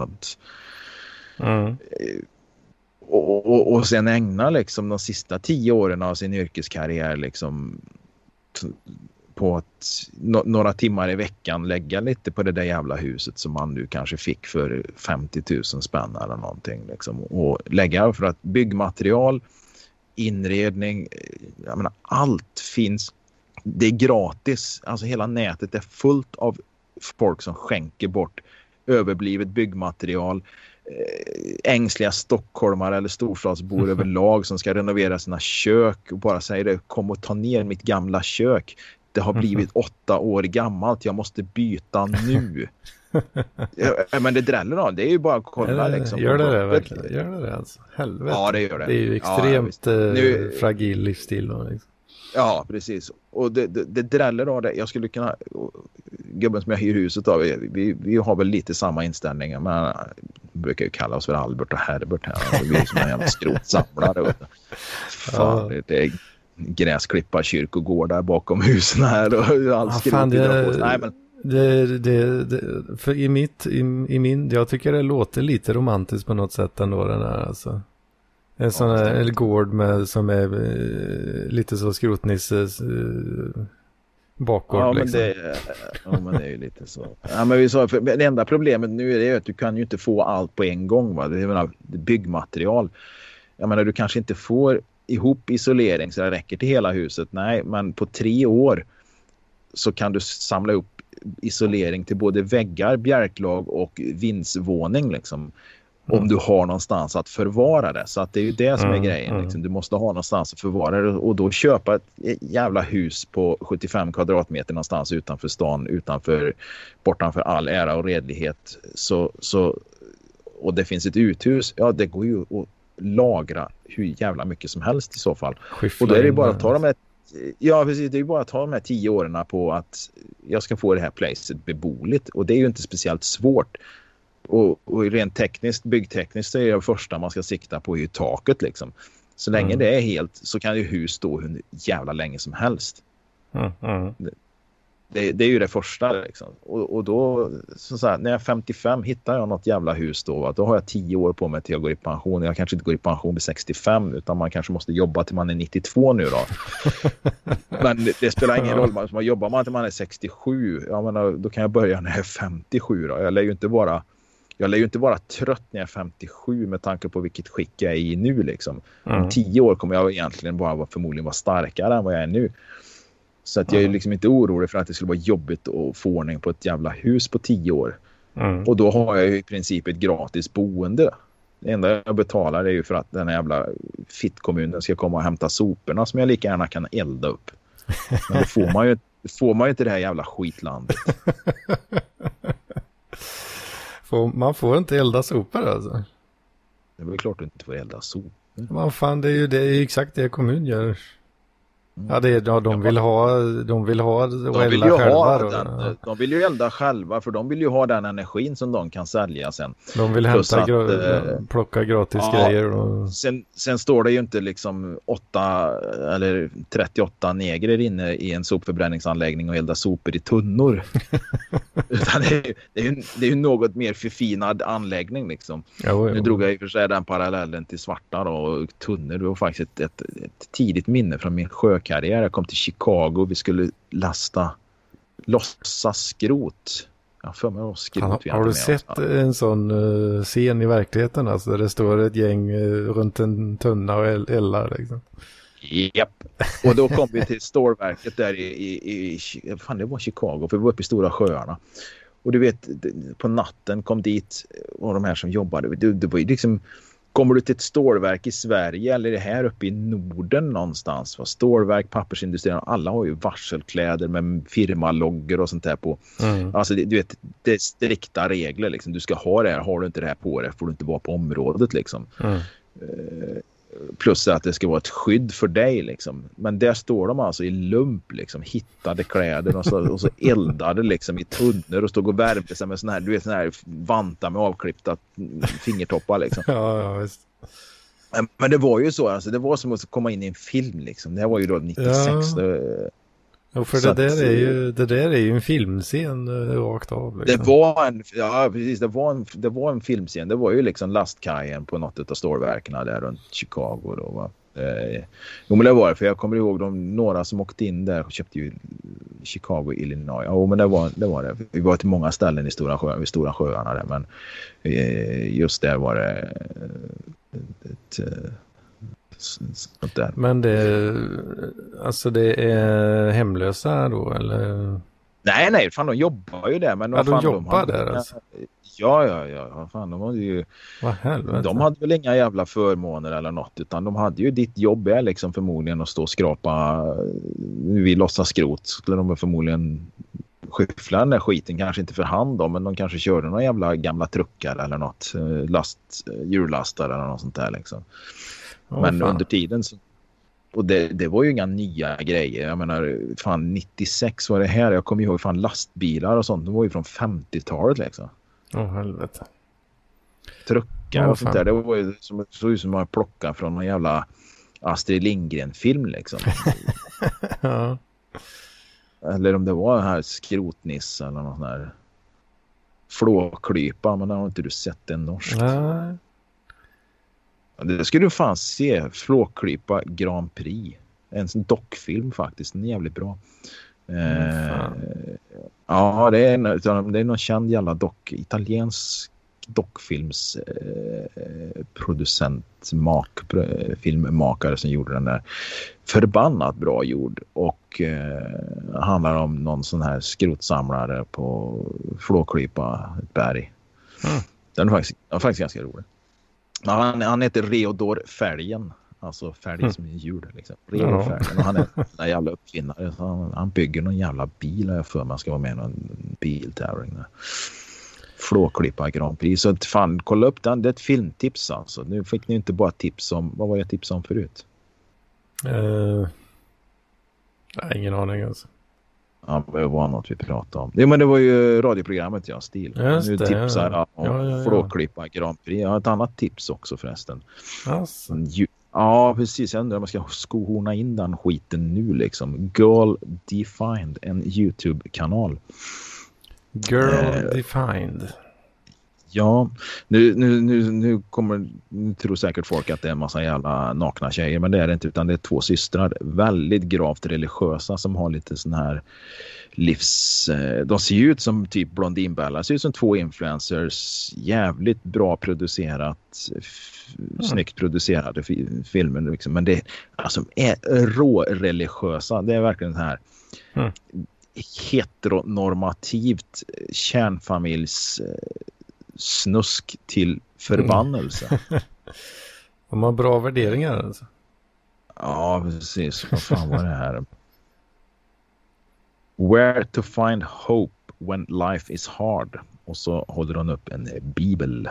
Och sen ägna liksom de sista 10 åren av sin yrkeskarriär liksom på att några timmar i veckan lägga lite på det där jävla huset som man nu kanske fick för 50 000 spänn eller någonting liksom. Och lägga för att byggmaterial, inredning, jag menar, allt finns. Det är gratis. Alltså hela nätet är fullt av folk som skänker bort överblivet byggmaterial, ängsliga stockholmare eller storstadsbor överlag som ska renovera sina kök och bara säger det, kom och ta ner mitt gamla kök. Det har blivit 8 år gammalt. Jag måste byta nu. Men det dräller då. Det är ju bara att kolla liksom. Gör det verkligen? Gör det alltså? Helvete. Ja, det gör det. Det är ju extremt fragil livsstil då, liksom. Ja, precis. Och det dräller då det. Jag skulle kunna... Gubben som jag hyr huset av, vi har väl lite samma inställningar. Men brukar ju kalla oss för Albert och Herbert här. Vi är som en jävla skrotsamlare. Fan, det är gräsklippa kyrkogårdar bakom husen här och allt skrot. Nej, men... För i min jag tycker det låter lite romantiskt på något sätt ändå, den här alltså. En sån här gård med som är lite så skrotnisses bakgård. Ja, liksom. Men det är ju lite så. Ja, men vi sa, för det enda problemet nu är det att du kan ju inte få allt på en gång, va? Det är byggmaterial. Jag menar, du kanske inte får ihop isolering så det räcker till hela huset. Nej, men på 3 år så kan du samla upp isolering till både väggar, bjälklag och vindsvåning liksom. Om du har någonstans att förvara det. Så att det är ju det som är grejen. Liksom. Du måste ha någonstans att förvara det. Och då köpa ett jävla hus på 75 kvadratmeter någonstans utanför stan, bortanför all ära och redlighet. Och det finns ett uthus. Ja, det går ju att lagra hur jävla mycket som helst i så fall. Och då är det bara att ta de här... Ja, precis. Det är ju bara att ta de här 10 åren på att jag ska få det här placet beboeligt. Och det är ju inte speciellt svårt. Och rent tekniskt, byggtekniskt, så är det första man ska sikta på i taket liksom. Så länge det är helt, så kan ju hus stå hur jävla länge som helst. Det är ju det första liksom. Och då, så här, när jag är 55 hittar jag något jävla hus då har jag 10 år på mig till jag går i pension. Jag kanske inte går i pension vid 65, utan man kanske måste jobba till man är 92 nu då. Men det spelar ingen roll. Man jobbar man till man är 67, jag menar, då kan jag börja när jag är 57 då. Jag lär ju inte vara trött när jag är 57 med tanke på vilket skick jag är i nu liksom. Om 10 år kommer jag egentligen förmodligen vara starkare än vad jag är nu. Så att jag är liksom inte orolig för att det skulle vara jobbigt att få ordning på ett jävla hus på 10 år. Och då har jag ju i princip ett gratis boende. Det enda jag betalar är ju för att den här jävla fittkommunen ska komma och hämta soporna som jag lika gärna kan elda upp. Men då får man ju inte det här jävla skitlandet. Man får inte elda sopor alltså? Det är väl klart att du inte får elda sopor. Men fan, det är ju exakt det kommun gör. Ja, de vill ha och elda själva. De vill ju elda själva, för de vill ju ha den energin som de kan sälja sen. De vill plocka gratis grejer. Och... Sen står det ju inte liksom 8 eller 38 negrer inne i en sopförbränningsanläggning och elda sopor i tunnor. Utan det är ju något mer förfinad anläggning liksom. Nu drog jag i och för sig den parallellen till svarta då, och tunnor. Det var faktiskt ett tidigt minne från min sjökapten karriär. Jag kom till Chicago. Vi skulle lossa skrot. Ja, för mig var skrot. Har du sett en sån scen i verkligheten? Alltså, där det står ett gäng runt en tunna och eldar liksom. Japp. Och då kom vi till stålverket där fan, det var Chicago, för vi var uppe i Stora sjöarna. Och du vet, på natten kom dit och de här som jobbade. Det var ju liksom, kommer du till ett stålverk i Sverige eller är det här uppe i Norden någonstans? Va? Stålverk, pappersindustrin, alla har ju varselkläder med firmaloggor och sånt där på. Alltså du vet, det är strikta regler liksom. Du ska ha det här, har du inte det här på det får du inte vara på området liksom. Plus att det ska vara ett skydd för dig liksom. Men där står de alltså i lump liksom, hittade kläder och så eldade liksom i tunnor och stod och värmde sig med sån här, du vet, sån här vantar med avklippta fingertoppar liksom. Ja, visst. Men det var ju så, alltså, det var som att komma in i en film liksom. Det här var ju då 96. Ja, för det där är ju en filmscen rakt av. Liksom. Det var en filmscen. Det var ju liksom lastkajen på något av stålverken där runt Chicago då, va. Jo, men det var det, för jag kommer ihåg några som åkte in där och köpte ju Chicago, Illinois. Ja, men det var det. Vi var till många ställen i Stora sjöarna där, men just där var det där. Men det är hemlösa då, eller? Nej, fan, de jobbar ju där. Men de jobbar där alltså? Ja, fan, de hade ju... Vad helvete? De hade väl inga jävla förmåner eller något, utan de hade ju ditt jobb är liksom förmodligen att stå och skrapa vid lossas skrot. Skulle de förmodligen skyffla den där skiten, kanske inte för hand då, men de kanske körde några jävla gamla truckar eller något, hjullastare eller något sånt där liksom. Men under tiden så, och det var ju inga nya grejer. Jag menar, fan 96 var det här. Jag kommer ihåg fan lastbilar och sånt. De var ju från 50-talet liksom. Helvete. Truckar och sånt där. Det var ju såg ut som att plocka från någon jävla Astrid Lindgren-film liksom. Ja. Eller om det var den här skrotniss eller någon sån här flåklypa, men det har inte du sett den norsk. Nej. Det skulle du fan se. Flåklypa Grand Prix. En sån dockfilm faktiskt. Den är jävligt bra. Ja, det är någon känd jävla italiensk filmmakare som gjorde den där. Förbannat bra gjord. Och handlar om någon sån här skrotsamlare på Flåklypa, ett berg. Den är faktiskt ganska rolig. Han heter Reodor Fälgen. Alltså fälg som är djur liksom. Reodor Fälgen. Och han är en jävla uppfinnare. Han bygger någon jävla bil. Jag för man ska vara med i någon biltävling där. Flåklypa Grand Prix. Så fan, kolla upp den. Det är ett filmtips alltså. Nu fick ni inte bara tips om... Vad var jag tips om förut? Nej, ingen aning alltså. Ja, det var något vi pratade om. Jo, men det var ju radioprogrammet, Stil. Just nu det, tipsar jag om ja. Flåklypa Grand Prix. Jag har ett annat tips också förresten. Alltså. Ja, precis. Jag undrar om jag ska skohorna in den skiten nu liksom. Girl Defined, en YouTube-kanal. Girl Defined. Ja, nu tror säkert folk att det är en massa jävla nakna tjejer, men det är det inte, utan det är två systrar, väldigt gravt religiösa, som har lite sån här de ser ut som typ blondinbällar, ser ut som två influencers, jävligt bra producerat, snyggt producerade filmer liksom, men det alltså är rå-religiösa, det är verkligen så här heteronormativt kärnfamiljs snusk till förbannelse. De har bra värderingar alltså. Ja, precis. Vad fan var det här? Where to find hope when life is hard. Och så håller de upp en bibel.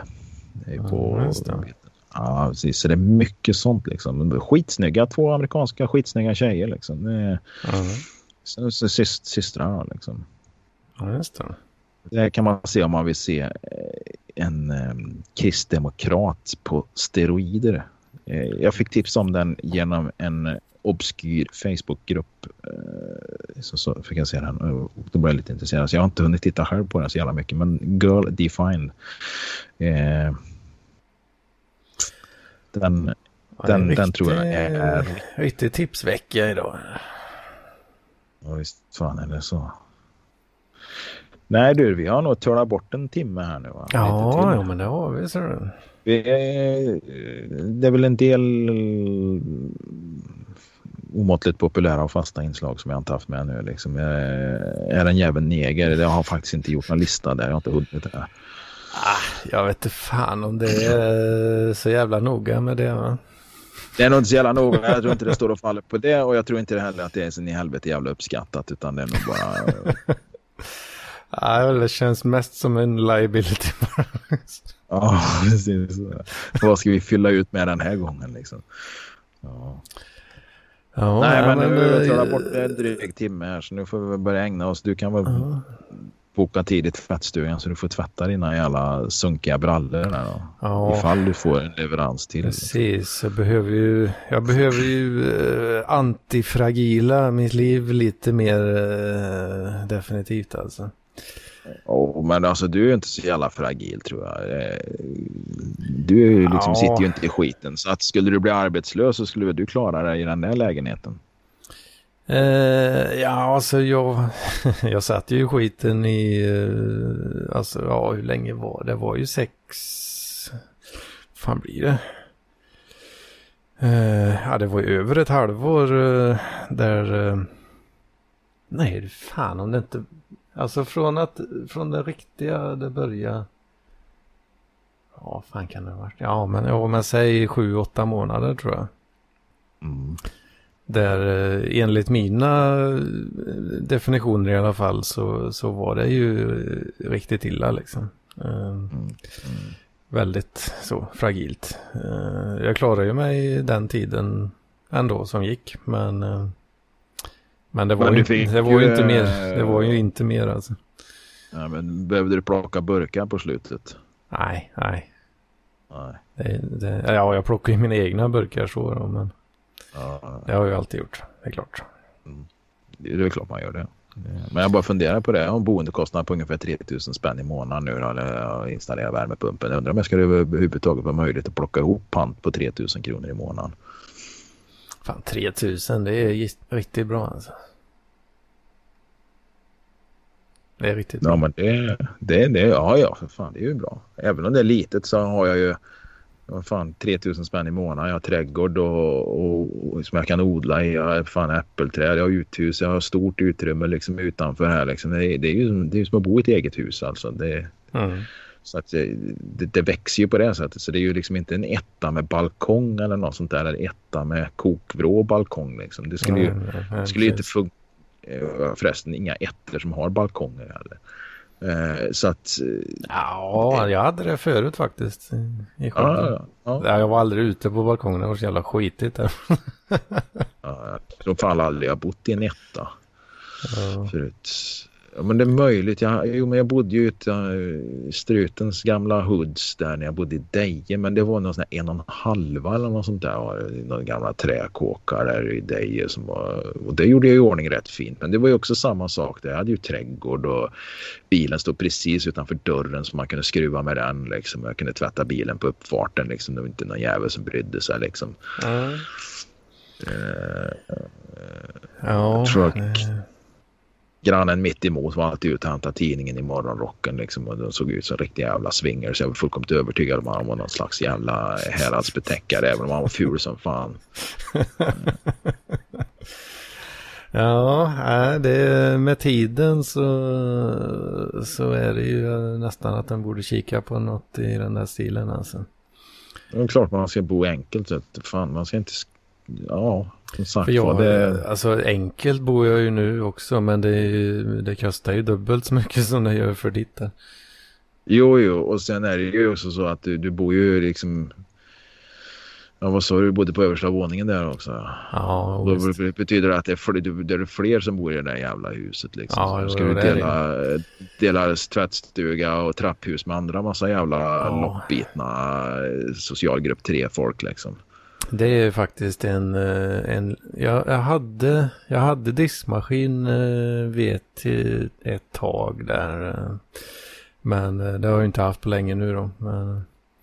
Ja, precis. Så det är mycket sånt liksom. Skitsnygga, två amerikanska skitsnygga tjejer liksom. Så systrar liksom. Ja, just det. Det kan man se om man vill se en kristdemokrat på steroider. Jag fick tips om den genom en obskyr Facebookgrupp. Så fick jag se den och då blev jag lite intresserad. Så jag har inte hunnit titta själv på den så jävla mycket. Men Girl Defined. Den Den tror jag är... Riktigt tipsvecka idag. Ja, visst fan är det så. Nej du, vi har nog tagit bort en timme här nu, va? Ja, men det har vi, så det. Det är väl en del omåttligt populära och fasta inslag som jag inte haft med nu. Liksom. Är en jävel neger? Jag har faktiskt inte gjort någon lista där. Jag har inte hunnit det här. Jag vet inte fan om det är så jävla noga med det, va? Det är nog inte så jävla noga. Jag tror inte det står och faller på det. Och jag tror inte heller att det är så i helvete jävla uppskattat. Utan det är nog bara... Det känns mest som en liability. Ja, precis. Vad ska vi fylla ut med den här gången liksom? Ja. Nej, men nu har jag bort en dryg timme här, så nu får vi börja ägna oss. Du kan väl boka tid i tvättstugan så du får tvätta dina jävla sunkiga brallor där då. Ja. Ifall du får en leverans till. Precis, jag behöver ju antifragila mitt liv lite mer definitivt alltså. Men alltså du är inte så jävla fragil, tror jag. Du liksom sitter ju inte i skiten. Så att skulle du bli arbetslös så skulle du klara dig i den där lägenheten. Alltså jag satt ju i skiten i hur länge var det? Det var ju 6, fan blir det? Det var ju över ett halvår där nej, fan om det inte, alltså från det riktiga det började, fan kan det ha varit, men säg 7-8 månader tror jag. Där enligt mina definitioner i alla fall så var det ju riktigt illa liksom. Väldigt så fragilt. Jag klarade ju mig den tiden ändå som gick, men det var ju inte mer alltså. Ja, men behövde du plocka burkar på slutet? Nej. Jag plockar ju mina egna burkar så då, men det har jag ju alltid gjort, det är klart. Det är klart man gör det. Men jag bara funderar på det. Jag har en boendekostnad på ungefär 3000 spänn i månaden nu då, när jag installerar värmepumpen. Jag undrar om jag ska överhuvudtaget vara möjligt att plocka ihop pant på 3000 kronor i månaden. Fan, 3000, det är riktigt bra alltså. Det är riktigt bra. Ja, men för fan, det är ju bra. Även om det är litet så har jag ju 3000 spänn i månaden. Jag har trädgård och som jag kan odla i. Jag har äppelträd, jag har uthus, jag har stort utrymme liksom utanför här liksom. Det är ju som att bo i ett eget hus alltså. Så att det växer ju på det sättet. Så det är ju liksom inte en etta med balkong eller något sånt där, eller etta med kokvrå balkong liksom. Det skulle ju inte funka. Förresten inga ettor som har balkonger heller. Så att... jag hade det förut faktiskt. Jag var aldrig ute på balkongen, det var så jävla skitigt där. Jag tror aldrig jag bott i en etta förut. Ja, men det är möjligt. Men jag bodde ju i Strutens gamla hoods där när jag bodde i Deje. Men det var någon sån här 1,5 eller något sånt där. Några gamla träkåkar där i Deje som var... Och det gjorde jag i ordning rätt fint. Men det var ju också samma sak där. Jag hade ju trädgård och bilen stod precis utanför dörren så man kunde skruva med den. Liksom. Jag kunde tvätta bilen på uppfarten. Liksom. Det var inte någon jävel som brydde sig. Liksom. Grannen mitt emot var alltid ute och hämtade tidningen i morgonrocken liksom, och de såg ut som riktiga jävla swinger, så jag var fullkomligt övertygad om att han var någon slags jävla häradsbetäckare även om han var ful som fan. Det med tiden så är det ju nästan att den borde kika på något i den där stilen alltså. Det är klart man ska bo enkelt, så fan man ska inte som sagt, alltså enkelt bor jag ju nu också, men det kostar ju dubbelt så mycket som det gör för ditt där. Jo, och sen är det ju också så att du bor ju liksom, vad sa du bodde på översta våningen där också? Ja, då betyder det att det är fler som bor i det där jävla huset liksom. Ja, ska du dela tvättstuga och trapphus med andra massa jävla loppbitna socialgrupp 3-folk liksom. Det är faktiskt jag hade diskmaskin vet ett tag där, men det har jag inte haft på länge nu då. Men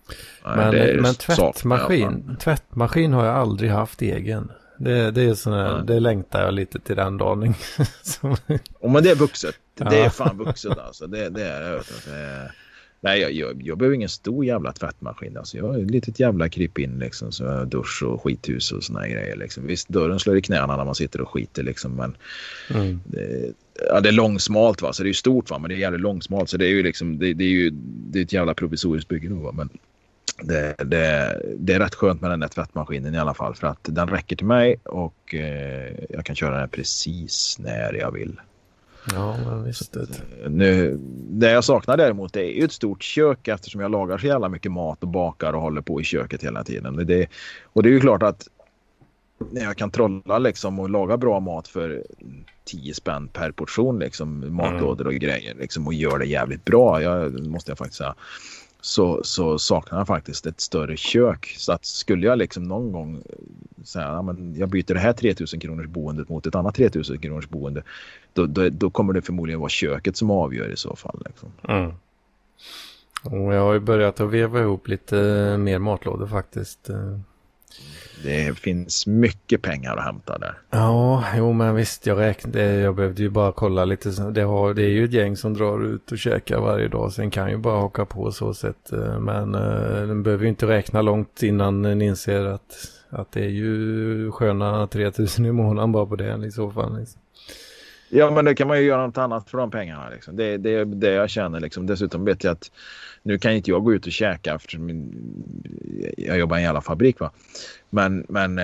Men tvättmaskin har jag aldrig haft egen. Det är sådär, det längtar jag lite till den dagen. Men det är vuxet. Det är fan vuxet alltså. Det är nej, jag behöver ingen stor jävla tvättmaskin. Alltså, jag har ett litet jävla kryp in liksom, så dusch och skithus och såna grejer. Liksom. Visst, dörren slår i knäna när man sitter och skiter. Liksom, men det är långsmalt, va? Så det är ju stort, va? Men det är jävligt långsmalt. Så det är ju liksom, det är ett jävla provisoriskt bygge då, va? Men det är rätt skönt med den där tvättmaskinen i alla fall. För att den räcker till mig och jag kan köra den precis när jag vill. Ja, men visst. Det jag saknar däremot, det är ju ett stort kök eftersom jag lagar så jävla mycket mat och bakar och håller på i köket hela tiden. Och det är ju klart att när jag kan trolla liksom och laga bra mat för 10 spänn per portion liksom, matlådor och grejer liksom, och gör det jävligt bra, måste jag faktiskt säga. Så saknar jag faktiskt ett större kök. Så att skulle jag liksom någon gång säga, ja, men jag byter det här 3000 kronors boendet mot ett annat 3000 kronors boende, då kommer det förmodligen vara köket som avgör i så fall. Liksom. Och jag har ju börjat att veva ihop lite mer matlådor faktiskt. Det finns mycket pengar att hämta där. Ja, jo men visst, jag behövde ju bara kolla lite. Det är ju ett gäng som drar ut och käkar varje dag. Sen kan ju bara haka på så sätt. Men den behöver ju inte räkna långt innan den inser att det är ju sköna 3000 i månaden bara på det i så fall. Liksom. Ja, men det kan man ju göra något annat för de pengarna. Liksom. Det är det jag känner. Liksom. Dessutom vet jag att nu kan inte jag gå ut och käka eftersom jag jobbar i en jävla fabrik. Va? Men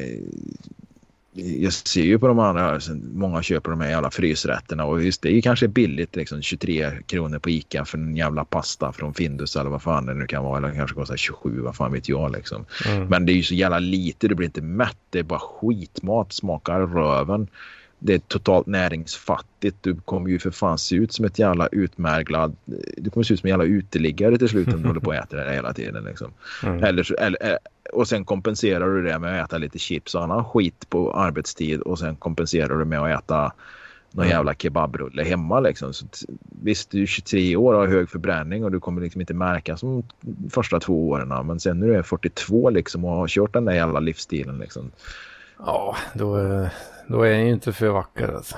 jag ser ju på de andra, många köper de här jävla frysrätterna och just det är ju kanske billigt liksom 23 kronor på Ica för en jävla pasta från Findus eller vad fan det nu kan vara, eller kanske kostar 27, vad fan vet jag liksom. Men det är ju så jävla lite, du blir inte mätt, det är bara skitmat, smakar röven. Det är totalt näringsfattigt. Du kommer ju för fan se ut som ett jävla utmärglad. Du kommer se ut som en jävla uteliggare till slut om du håller på att äta det hela tiden. Liksom. Och sen kompenserar du det med att äta lite chips och annan skit på arbetstid. Och sen kompenserar du med att äta någon jävla kebabrulle hemma. Liksom. Så visst, du är 23 år och har hög förbränning och du kommer liksom inte märka som första 2 åren. Men sen när du är 42 liksom, och har kört den där jävla livsstilen. Liksom. Ja, då är den ju inte för vacker alltså.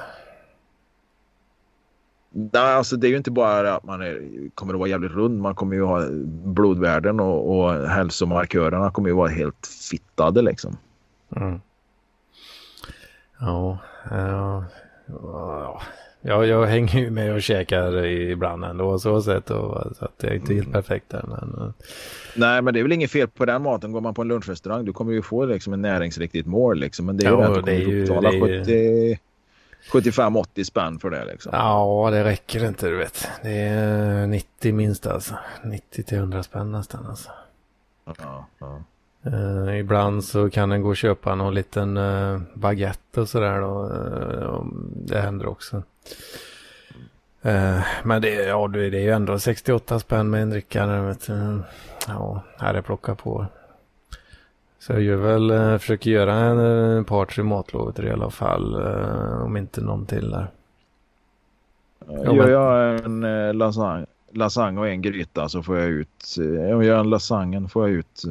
Nej, alltså det är ju inte bara att man kommer att vara jävligt rund. Man kommer ju ha blodvärden och hälsomarkörerna kommer ju vara helt fittade liksom. Jag hänger ju med och käkar ibland ändå så sätt så att det är inte helt perfekt där, men... Nej, men det är väl inget fel på den maten. Går man på en lunchrestaurang, du kommer ju få liksom en näringsriktigt mål liksom, men det är ju rätt att betala 75-80 spänn för det liksom. Ja, det räcker inte, du vet. Det är 90 minst alltså. 90-100 spänn nästan alltså. Ja. Ibland så kan den gå och köpa någon liten baguette och sådär då. Det händer också. Men det är ju ändå 68 spänn med en drickare. Vet du. Ja, här är plocka på. Så jag försöker göra en par-tre matlådor i alla fall. Om inte någon till där. Gör jag en lasagne och en gryta så får jag ut... Om jag gör en lasagne får jag ut...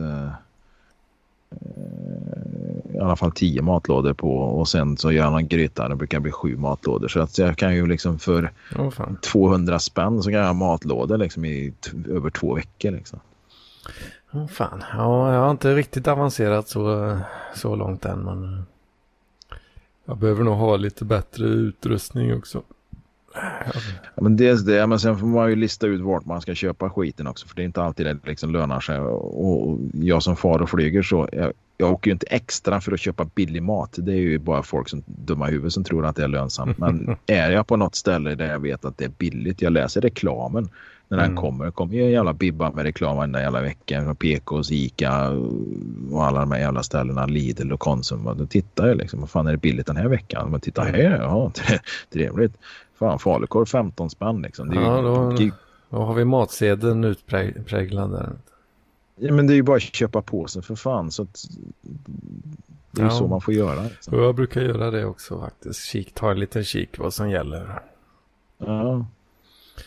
i alla fall 10 matlådor på, och sen så gör man en gryta, det brukar bli 7 matlådor, så att jag kan ju liksom för 200 spänn så kan jag ha matlådor liksom i över 2 veckor liksom. Fan, ja, jag har inte riktigt avancerat så långt än, men jag behöver nog ha lite bättre utrustning också. Ja, men dels det, men sen får man ju lista ut vart man ska köpa skiten också, för det är inte alltid det liksom lönar sig, och jag som far och flyger så jag åker ju inte extra för att köpa billig mat. Det är ju bara folk som dumma huvud som tror att det är lönsamt. Men är jag på något ställe där jag vet att det är billigt, jag läser reklamen när den kommer ju en jävla bibba med reklamen den jävla veckan, PKs, Ica och alla de här jävla ställena, Lidl och Konsum, och då tittar jag liksom, vad fan är det billigt den här veckan? Men titta här, ja, trevligt. Fan, falukorv 15 spänn liksom. Det är ju, då har vi matsedeln utpräglad där. Ja, men det är ju bara att köpa påsen för fan, så att det är ju så man får göra. Liksom. Jag brukar göra det också faktiskt. Ta en liten kik vad som gäller. Ja.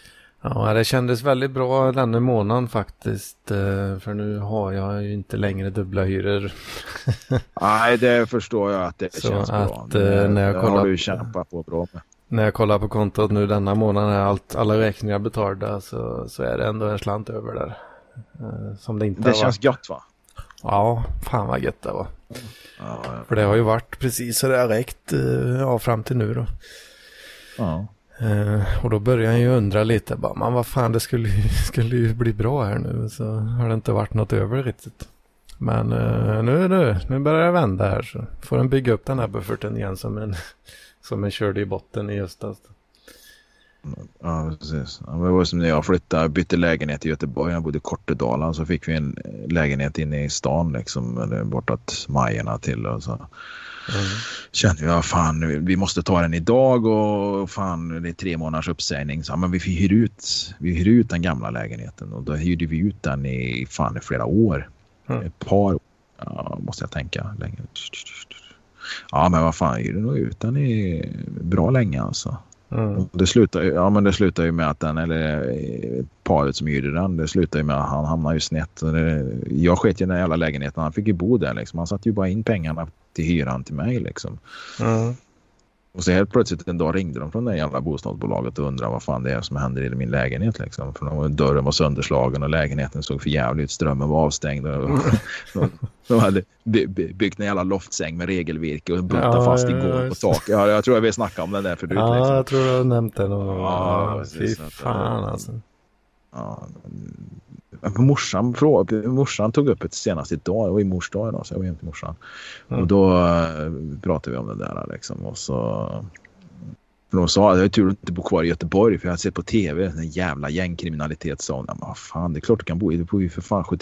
Ja, det kändes väldigt bra denna månaden faktiskt. För nu har jag ju inte längre dubbla hyror. Nej, det förstår jag att det så känns att, bra. När jag kollar, har du kämpat på bra med. När jag kollar på kontot nu denna månaden är alla räkningar betalda så är det ändå en slant över där. Som det inte det känns gött va? Ja, fan vad gött det var. Ja. För det har ju varit precis så det har räckt fram till nu då. Ja. Och då börjar jag ju undra lite bara, man vad fan det skulle ju bli bra här nu, så har det inte varit något över riktigt. Men nu börjar det vända här, så får den bygga upp den här bufferten igen som en körde i botten i höstas. Ja, precis. Ja, det var som när jag bytte lägenhet i Göteborg. Jag bodde i Kortedala, så fick vi en lägenhet inne i stan liksom, eller bortåt Majerna till och så. Kände jag fan vi måste ta den idag och fan det är 3 månaders uppsägning, så men vi hyr ut den gamla lägenheten, och då hyrde vi ut den i flera år. Ett par, måste jag tänka länge. Ja, men vad fan, hyrde nog ut den i bra länge alltså. Det slutar ju med att paret som hyrde den, det slutar ju med att han hamnar ju snett. Jag sket ju den jävla lägenheten, han fick ju bo där liksom. Han satt ju bara in pengarna till hyran till mig liksom. Och så helt plötsligt en dag ringde de från det jävla bostadsbolaget och undrade vad fan det är som händer i min lägenhet liksom. För dörren var sönderslagen och lägenheten såg för jävligt ut, strömmen var avstängd och de hade byggt en jävla loftsäng med regelvirke och buntat fast i golv på tak. Ja, jag tror jag vill snacka om den där förut. Ja, liksom. Jag tror du har nämnt den. Ja, fy fan alltså. Ja, morsan tog upp ett senast idag, det var i mors dag idag, så jag var hem till morsan. Och då pratade vi om det där liksom, och så för de sa att jag är tur att inte bo kvar i Göteborg, för jag har sett på tv en jävla gängkriminalitet, sa hon. Men vad fan, det är klart du kan bo i, det bor ju för fan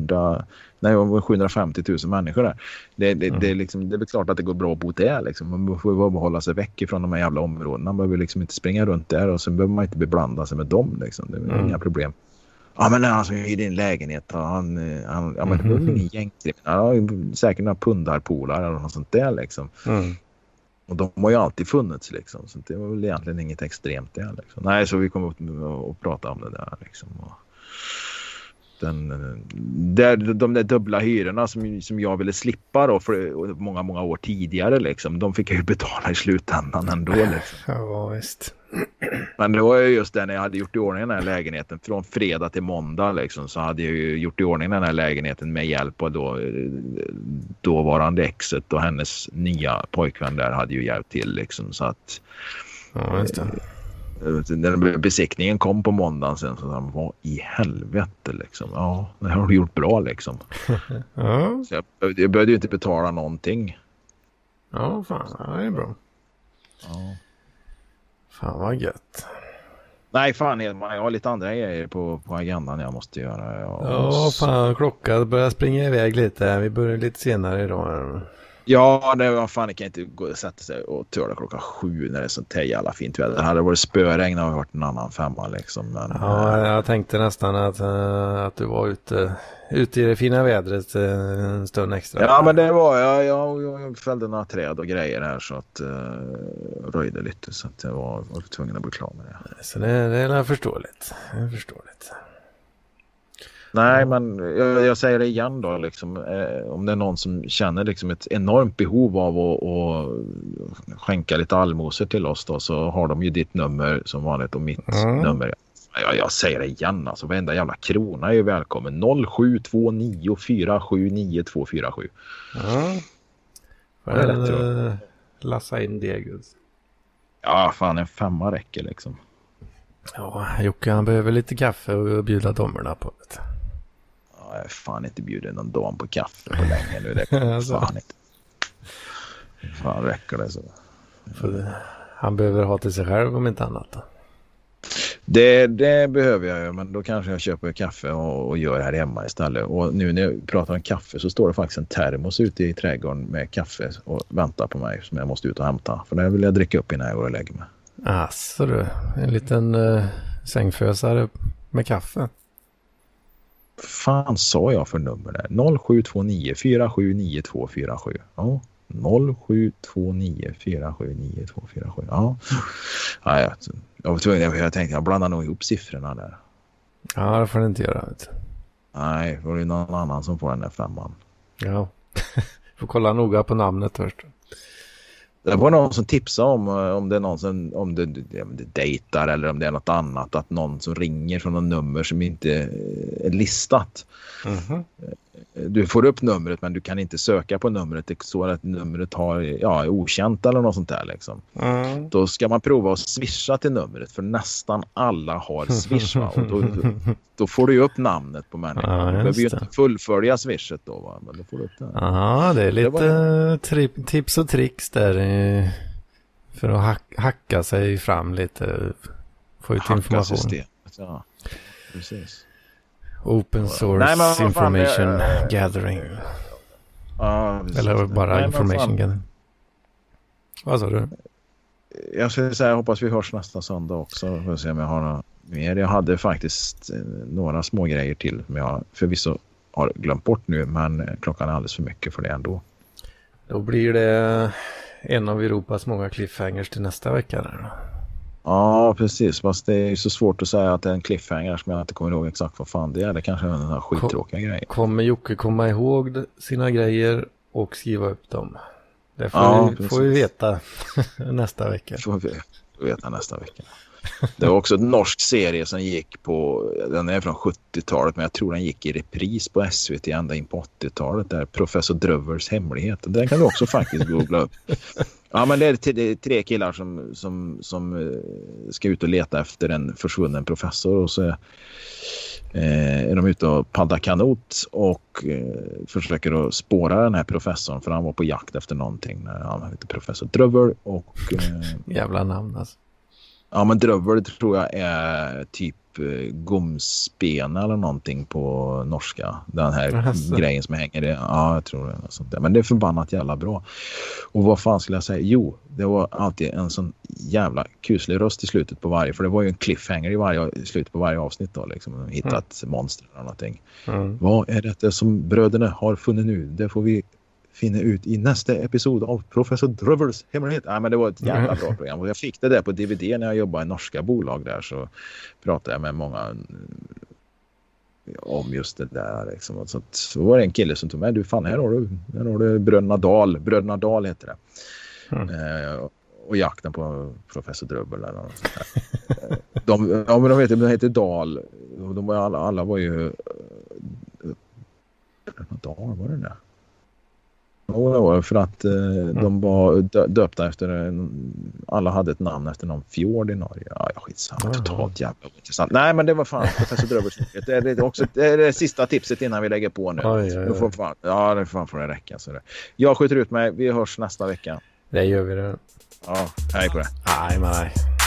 750 000 människor där. Det är väl klart att det går bra att bo där liksom. Man får ju bara hålla sig väck ifrån de här jävla områdena, man behöver liksom inte springa runt där, och sen behöver man inte beblanda sig med dem liksom. Det är inga problem. Ja, men alltså i din lägenhet, men det var väl ingen gängkriminal, säkert några pundarpolar eller något sånt där liksom. Och de har ju alltid funnits liksom, så det var väl egentligen inget extremt där liksom. Nej, så vi kom upp och pratade om det där liksom. Och de där dubbla hyrorna som jag ville slippa då för många år tidigare liksom, de fick jag ju betala i slutändan ändå liksom. Ja, visst. Men det var ju just det, när jag hade gjort i ordning den här lägenheten från fredag till måndag liksom, så hade jag ju gjort i ordning den här lägenheten med hjälp av dåvarande exet, och hennes nya pojkvän där hade ju hjälpt till liksom, så att ja, just det. När besiktningen kom på måndagen sen, så han var i helvete liksom. Ja, det har du gjort bra liksom. Ja. Så jag började ju inte betala någonting. Ja, fan, det är bra. Ja. Fan vad gött. Nej, fan Edman, jag har lite andra grejer på agendan jag måste göra. Ja, fan, klockan börjar springa iväg lite. Vi börjar lite senare idag. Ja, det var fan, jag kan inte gå och sätta sig och törda 7 när det är sånt här jävla fint väder. Det hade varit spöregn och varit en annan 5 liksom. Men, ja, jag tänkte nästan att du var ute i det fina vädret en stund extra. Ja, men det var jag fällde några träd och grejer här, så att röjde lite, så att jag var tvungen att bli klar med det. Så det är förståeligt. Det är förståeligt. Nej, men jag säger det igen då liksom, om det är någon som känner liksom ett enormt behov av att skänka lite allmosor till oss då, så har de ju ditt nummer som vanligt och mitt nummer. Jag säger det igen, alltså varenda jävla krona är ju välkommen. 0729479247. Det är lätt att lassa in det, Gud. Ja, fan, en 5 räcker liksom. Ja, Jocke, han behöver lite kaffe och bjuda domarna på det. Ja, jag är fan inte bjuden någon dam på kaffe på länge nu. Det alltså. Fan inte. Fan räcker det så. Han behöver ha till sig själv om inte annat då. Det behöver jag ju, men då kanske jag köper kaffe och gör här hemma istället. Och nu när jag pratar om kaffe så står det faktiskt en termos ute i trädgården med kaffe och väntar på mig, som jag måste ut och hämta. För det vill jag dricka upp innan jag går och lägger mig. Asså du, en liten sängfösare med kaffe. Fan sa jag för nummer där? 0729479247. Ja. 0729479247. Ja. Ja, jag tänkte jag blandar nog ihop siffrorna där. Ja, det får du inte göra. Nej, det är någon annan som får den där 5:an. Ja, får kolla noga på namnet först. Det var någon som tipsade om det är någon som, om det dejtar eller om det är något annat, att någon som ringer från någon nummer som inte är listat. Mhm. Du får upp numret men du kan inte söka på numret. Det står att numret är okänt eller något sånt där liksom. Då ska man prova att swisha till numret, för nästan alla har swish, va? Och då får du ju upp namnet på människan. Du behöver ju inte fullfölja swishet då, va? Men då får du upp det. Ja, det är lite tips och tricks där för att hacka sig fram lite. Få ut information. Systemet, ja. Precis. Open source information gathering. Ja, eller bara information gathering. Vad sa du? Jag skulle säga, jag hoppas vi hörs nästa söndag också. Får se om jag har något mer. Jag hade faktiskt några små grejer till, men jag förvisso har glömt bort nu, men klockan är alldeles för mycket för det ändå. Då blir det en av Europas många cliffhangers till nästa vecka där då. Ja, precis. Fast det är ju så svårt att säga att det är en cliffhanger som jag inte kommer ihåg exakt vad fan det är. Det kanske är den här skittråkiga grejen. Kommer Jocke komma ihåg sina grejer och skriva upp dem? Det får vi veta nästa vecka. Får vi veta nästa vecka. Det var också en norsk serie som gick på, den är från 70-talet, men jag tror den gick i repris på SVT ända in på 80-talet, där Professor Drövers hemlighet. Den kan du också faktiskt googla upp. Ja, men det är 3 killar som ska ut och leta efter en försvunnen professor, och så är de ute och paddlar kanot och försöker att spåra den här professorn, för han var på jakt efter någonting. Han heter Professor Dröver och jävla namn alltså. Ja, men Dröver tror jag är typ gomspena eller någonting på norska. Den här grejen som hänger i. Ja, jag tror det är sånt där. Men det är förbannat jävla bra. Och vad fan skulle jag säga? Jo, det var alltid en sån jävla kuslig röst i slutet på varje. För det var ju en cliffhanger i slutet på varje avsnitt då. Liksom, hittat monster eller någonting. Vad är det som bröderna har funnit nu? Det får vi finna ut i nästa episod av Professor Drövers hemlighet. Ja, men det var ett jävla bra program. Och jag fick det där på DVD när jag jobbade i norska bolag där, så pratade jag med många om just det där. Liksom. Så var det en kille som tog med, du fan, här har du Bröderna Dahl heter det. Och jakten på Professor Dröbel eller något sånt där. De heter Dahl. Alla var ju Dahl, var det där? Ja, för att de var döpta efter alla hade ett namn efter någon fjord i Norge. Ja, skitsamma, totalt jävla intressant. Nej, men det var fan Professor Drövers. Det är det sista tipset innan vi lägger på nu. Oj. Det får det räcka. Så det. Jag skjuter ut mig, vi hörs nästa vecka. Det gör vi det. Ja, hej på det. Nej.